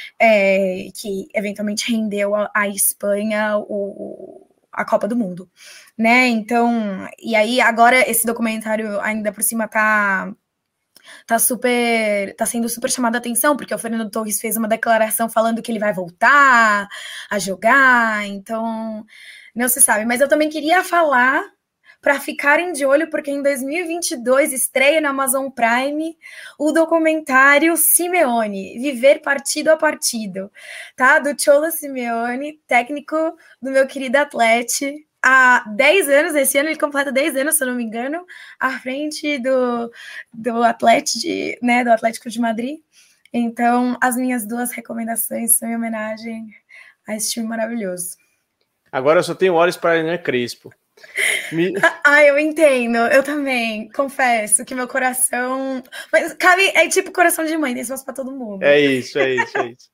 Speaker 3: é, que eventualmente rendeu a, a Espanha o, a Copa do Mundo, né, então, e aí agora esse documentário ainda por cima tá... Tá, super, tá sendo super chamada a atenção, porque o Fernando Torres fez uma declaração falando que ele vai voltar a jogar, então não se sabe. Mas eu também queria falar para ficarem de olho, porque em dois mil e vinte e dois estreia na Amazon Prime o documentário Simeone, Viver Partido a Partido, tá? Do Cholo Simeone, técnico do meu querido Atlético. Há dez anos, esse ano ele completa dez anos, se eu não me engano, à frente do, do, Atlético, de, né, do Atlético de Madrid. Então, as minhas duas recomendações são em homenagem a esse time maravilhoso.
Speaker 1: Agora eu só tenho olhos para a Helena Crespo. Me...
Speaker 3: Ah, eu entendo, eu também, confesso que meu coração... Mas cabe, é tipo coração de mãe, tem espaço para todo mundo.
Speaker 1: É isso, é isso, é isso.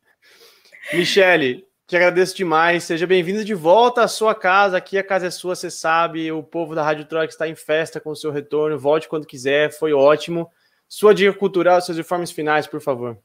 Speaker 1: Michele, te agradeço demais, seja bem-vindo de volta à sua casa, aqui a casa é sua, você sabe, o povo da Rádio Troika está em festa com o seu retorno, volte quando quiser, foi ótimo. Sua dica cultural, seus informes finais, por favor.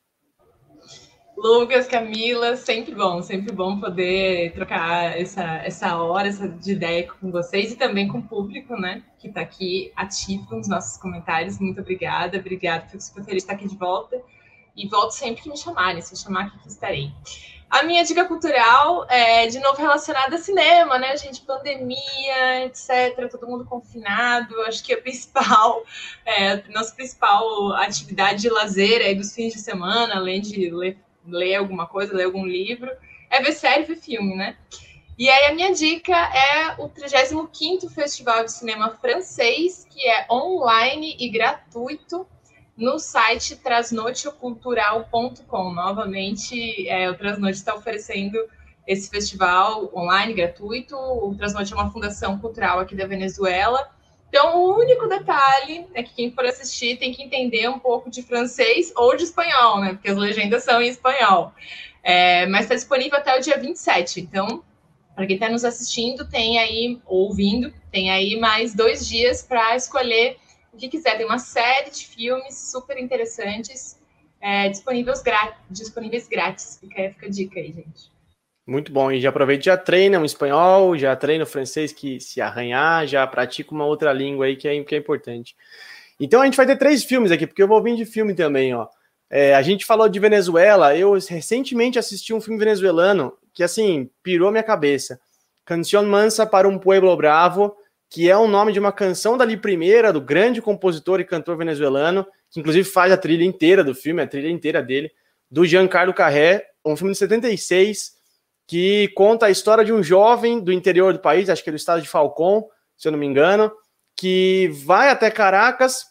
Speaker 4: Lucas, Camila, sempre bom, sempre bom poder trocar essa, essa hora essa de ideia com vocês e também com o público, né, que está aqui ativo nos nossos comentários. Muito obrigada, obrigada, fico super feliz de estar aqui de volta e volto sempre que me chamarem, se chamar aqui que estarei. A minha dica cultural é, de novo, relacionada a cinema, né, gente? Pandemia, etcétera. Todo mundo confinado. Acho que a principal, é, nossa principal atividade de lazer aí dos fins de semana, além de ler, ler alguma coisa, ler algum livro, é ver série e ver filme, né? E aí a minha dica é o trigésimo quinto Festival de Cinema Francês, que é online e gratuito, no site trasnotiocultural ponto com. Novamente, é, o Trasnoite está oferecendo esse festival online, gratuito. O Trasnoite é uma fundação cultural aqui da Venezuela. Então, o único detalhe é que quem for assistir tem que entender um pouco de francês ou de espanhol, né? Porque as legendas são em espanhol. É, mas está disponível até o dia vinte e sete. Então, para quem está nos assistindo, tem aí, ouvindo, tem aí mais dois dias para escolher o que quiser. Tem uma série de filmes super interessantes é, disponíveis, grátis, disponíveis grátis. Fica, fica a dica aí, gente.
Speaker 1: Muito bom. E já aproveita, já treina um espanhol, já treina o francês que se arranhar, já pratica uma outra língua aí que é, que é importante. Então a gente vai ter três filmes aqui, porque eu vou vir de filme também, ó. É, a gente falou de Venezuela, eu recentemente assisti um filme venezuelano que, assim, pirou minha cabeça. Canción Mansa para un Pueblo Bravo, que é o nome de uma canção da Li Primeira, do grande compositor e cantor venezuelano, que inclusive faz a trilha inteira do filme, a trilha inteira dele, do Giancarlo Carré, um filme de setenta e seis, que conta a história de um jovem do interior do país, acho que é do estado de Falcón, se eu não me engano, que vai até Caracas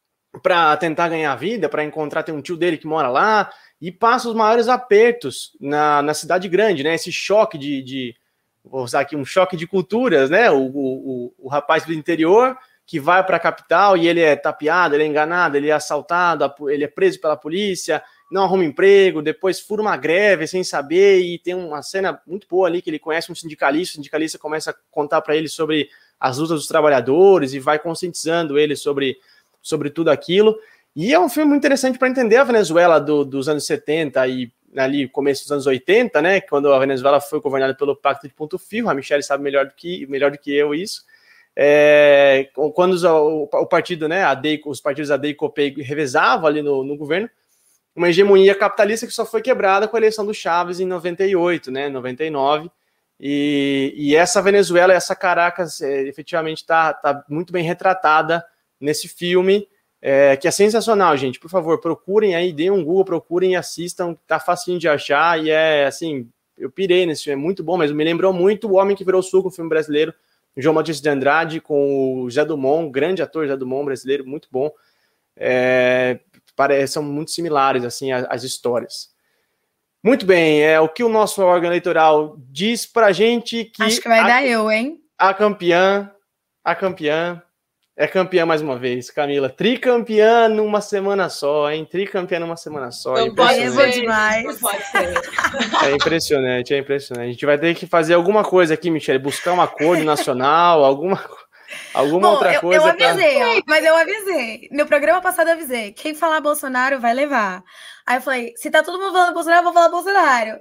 Speaker 1: para tentar ganhar vida, para encontrar, tem um tio dele que mora lá, e passa os maiores apertos na, na cidade grande, né? Esse choque de, de vou usar aqui um choque de culturas, né? O, o, o rapaz do interior que vai para a capital e ele é tapeado, ele é enganado, ele é assaltado, ele é preso pela polícia, não arruma emprego, depois fura uma greve sem saber, e tem uma cena muito boa ali que ele conhece um sindicalista, o sindicalista começa a contar para ele sobre as lutas dos trabalhadores e vai conscientizando ele sobre, sobre tudo aquilo. E é um filme muito interessante para entender a Venezuela do, dos anos setenta e ali começo dos anos oitenta, né, quando a Venezuela foi governada pelo Pacto de Ponto Firme. A Michele sabe melhor do que, melhor do que eu isso. É, quando os, o, o partido, né, a D E I, os partidos A D E I e COPEI revezavam ali no, no governo, uma hegemonia capitalista que só foi quebrada com a eleição do Chávez em noventa e oito, né, noventa e nove, e, e essa Venezuela, essa Caracas, é, efetivamente está tá muito bem retratada nesse filme, é, que é sensacional, gente. Por favor, procurem aí, deem um Google, procurem e assistam, tá facinho de achar, e é assim, eu pirei nesse filme, é muito bom, mas me lembrou muito O Homem que Virou Suco, um filme brasileiro, João Batista de Andrade, com o Zé Dumont, grande ator Zé Dumont, brasileiro, muito bom. É, parece, são muito similares, assim, as, as histórias. Muito bem, é o que o nosso órgão eleitoral diz pra gente que...
Speaker 3: Acho que vai
Speaker 1: a,
Speaker 3: dar eu, hein?
Speaker 1: A campeã, a campeã, é campeã mais uma vez, Camila. Tricampeã numa semana só, hein? Tricampeã numa semana só.
Speaker 4: Não
Speaker 1: é
Speaker 4: pode
Speaker 1: impressionante.
Speaker 3: ser demais.
Speaker 4: Não pode ser.
Speaker 1: É impressionante, é impressionante. A gente vai ter que fazer alguma coisa aqui, Michele, buscar um acordo nacional, alguma, alguma
Speaker 3: Bom,
Speaker 1: outra
Speaker 3: eu,
Speaker 1: coisa.
Speaker 3: eu avisei,
Speaker 1: pra...
Speaker 3: ó, mas eu avisei. No programa passado eu avisei. Quem falar Bolsonaro vai levar. Aí eu falei, se tá todo mundo falando Bolsonaro, eu vou falar Bolsonaro.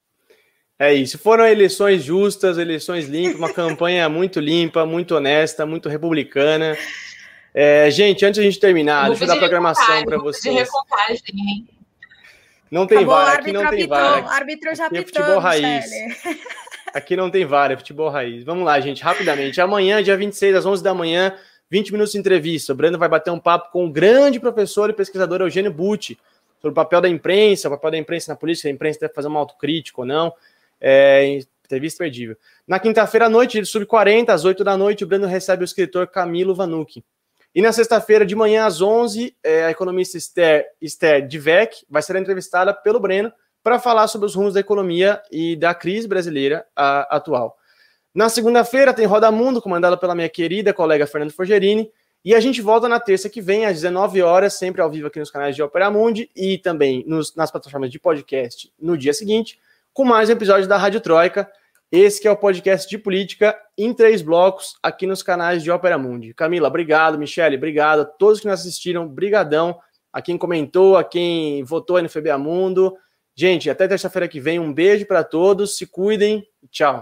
Speaker 1: É isso. Foram eleições justas, eleições limpas, uma campanha muito limpa, muito honesta, muito republicana. É, gente, antes de a gente terminar, deixa eu dar a programação para vocês.
Speaker 4: De recontagem, hein?
Speaker 1: Não tem
Speaker 3: Acabou,
Speaker 1: VAR, aqui não tem VAR.
Speaker 3: O árbitro já
Speaker 1: aqui é
Speaker 3: apitou,
Speaker 1: futebol raiz.
Speaker 3: Michele.
Speaker 1: Aqui não tem VAR, é futebol raiz. Vamos lá, gente, rapidamente. Amanhã, dia vinte e seis, às onze da manhã, vinte minutos de entrevista. O Breno vai bater um papo com o grande professor e pesquisador Eugênio Butti sobre o papel da imprensa, o papel da imprensa na política, a imprensa deve fazer uma autocrítica ou não. É, entrevista perdível. Na quinta-feira à noite, sub quarenta, às oito da noite, o Breno recebe o escritor Camilo Vanucci. E na sexta-feira de manhã, às onze, é, a economista Esther, Esther Dweck vai ser entrevistada pelo Breno para falar sobre os rumos da economia e da crise brasileira a, atual. Na segunda-feira tem Roda Mundo, comandada pela minha querida colega Fernanda Forgerini, e a gente volta na terça que vem, às dezenove horas, sempre ao vivo aqui nos canais de Ópera Mundi e também nos, nas plataformas de podcast no dia seguinte, com mais um episódio da Rádio Troika. Esse que é o podcast de política em três blocos aqui nos canais de Ópera Mundi. Camila, obrigado. Michele, obrigado. A todos que nos assistiram, brigadão. A quem comentou, a quem votou aí no F B A Mundo. Gente, até terça-feira que vem. Um beijo para todos. Se cuidem. Tchau.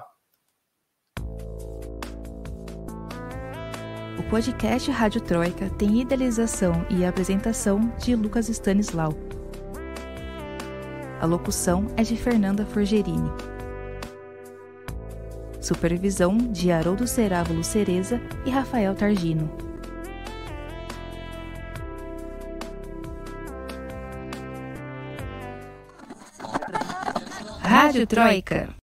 Speaker 2: O podcast Rádio Troika tem idealização e apresentação de Lucas Stanislau. A locução é de Fernanda Forgerini. Supervisão de Haroldo Cerávulo Cereza e Rafael Targino. Rádio Troika.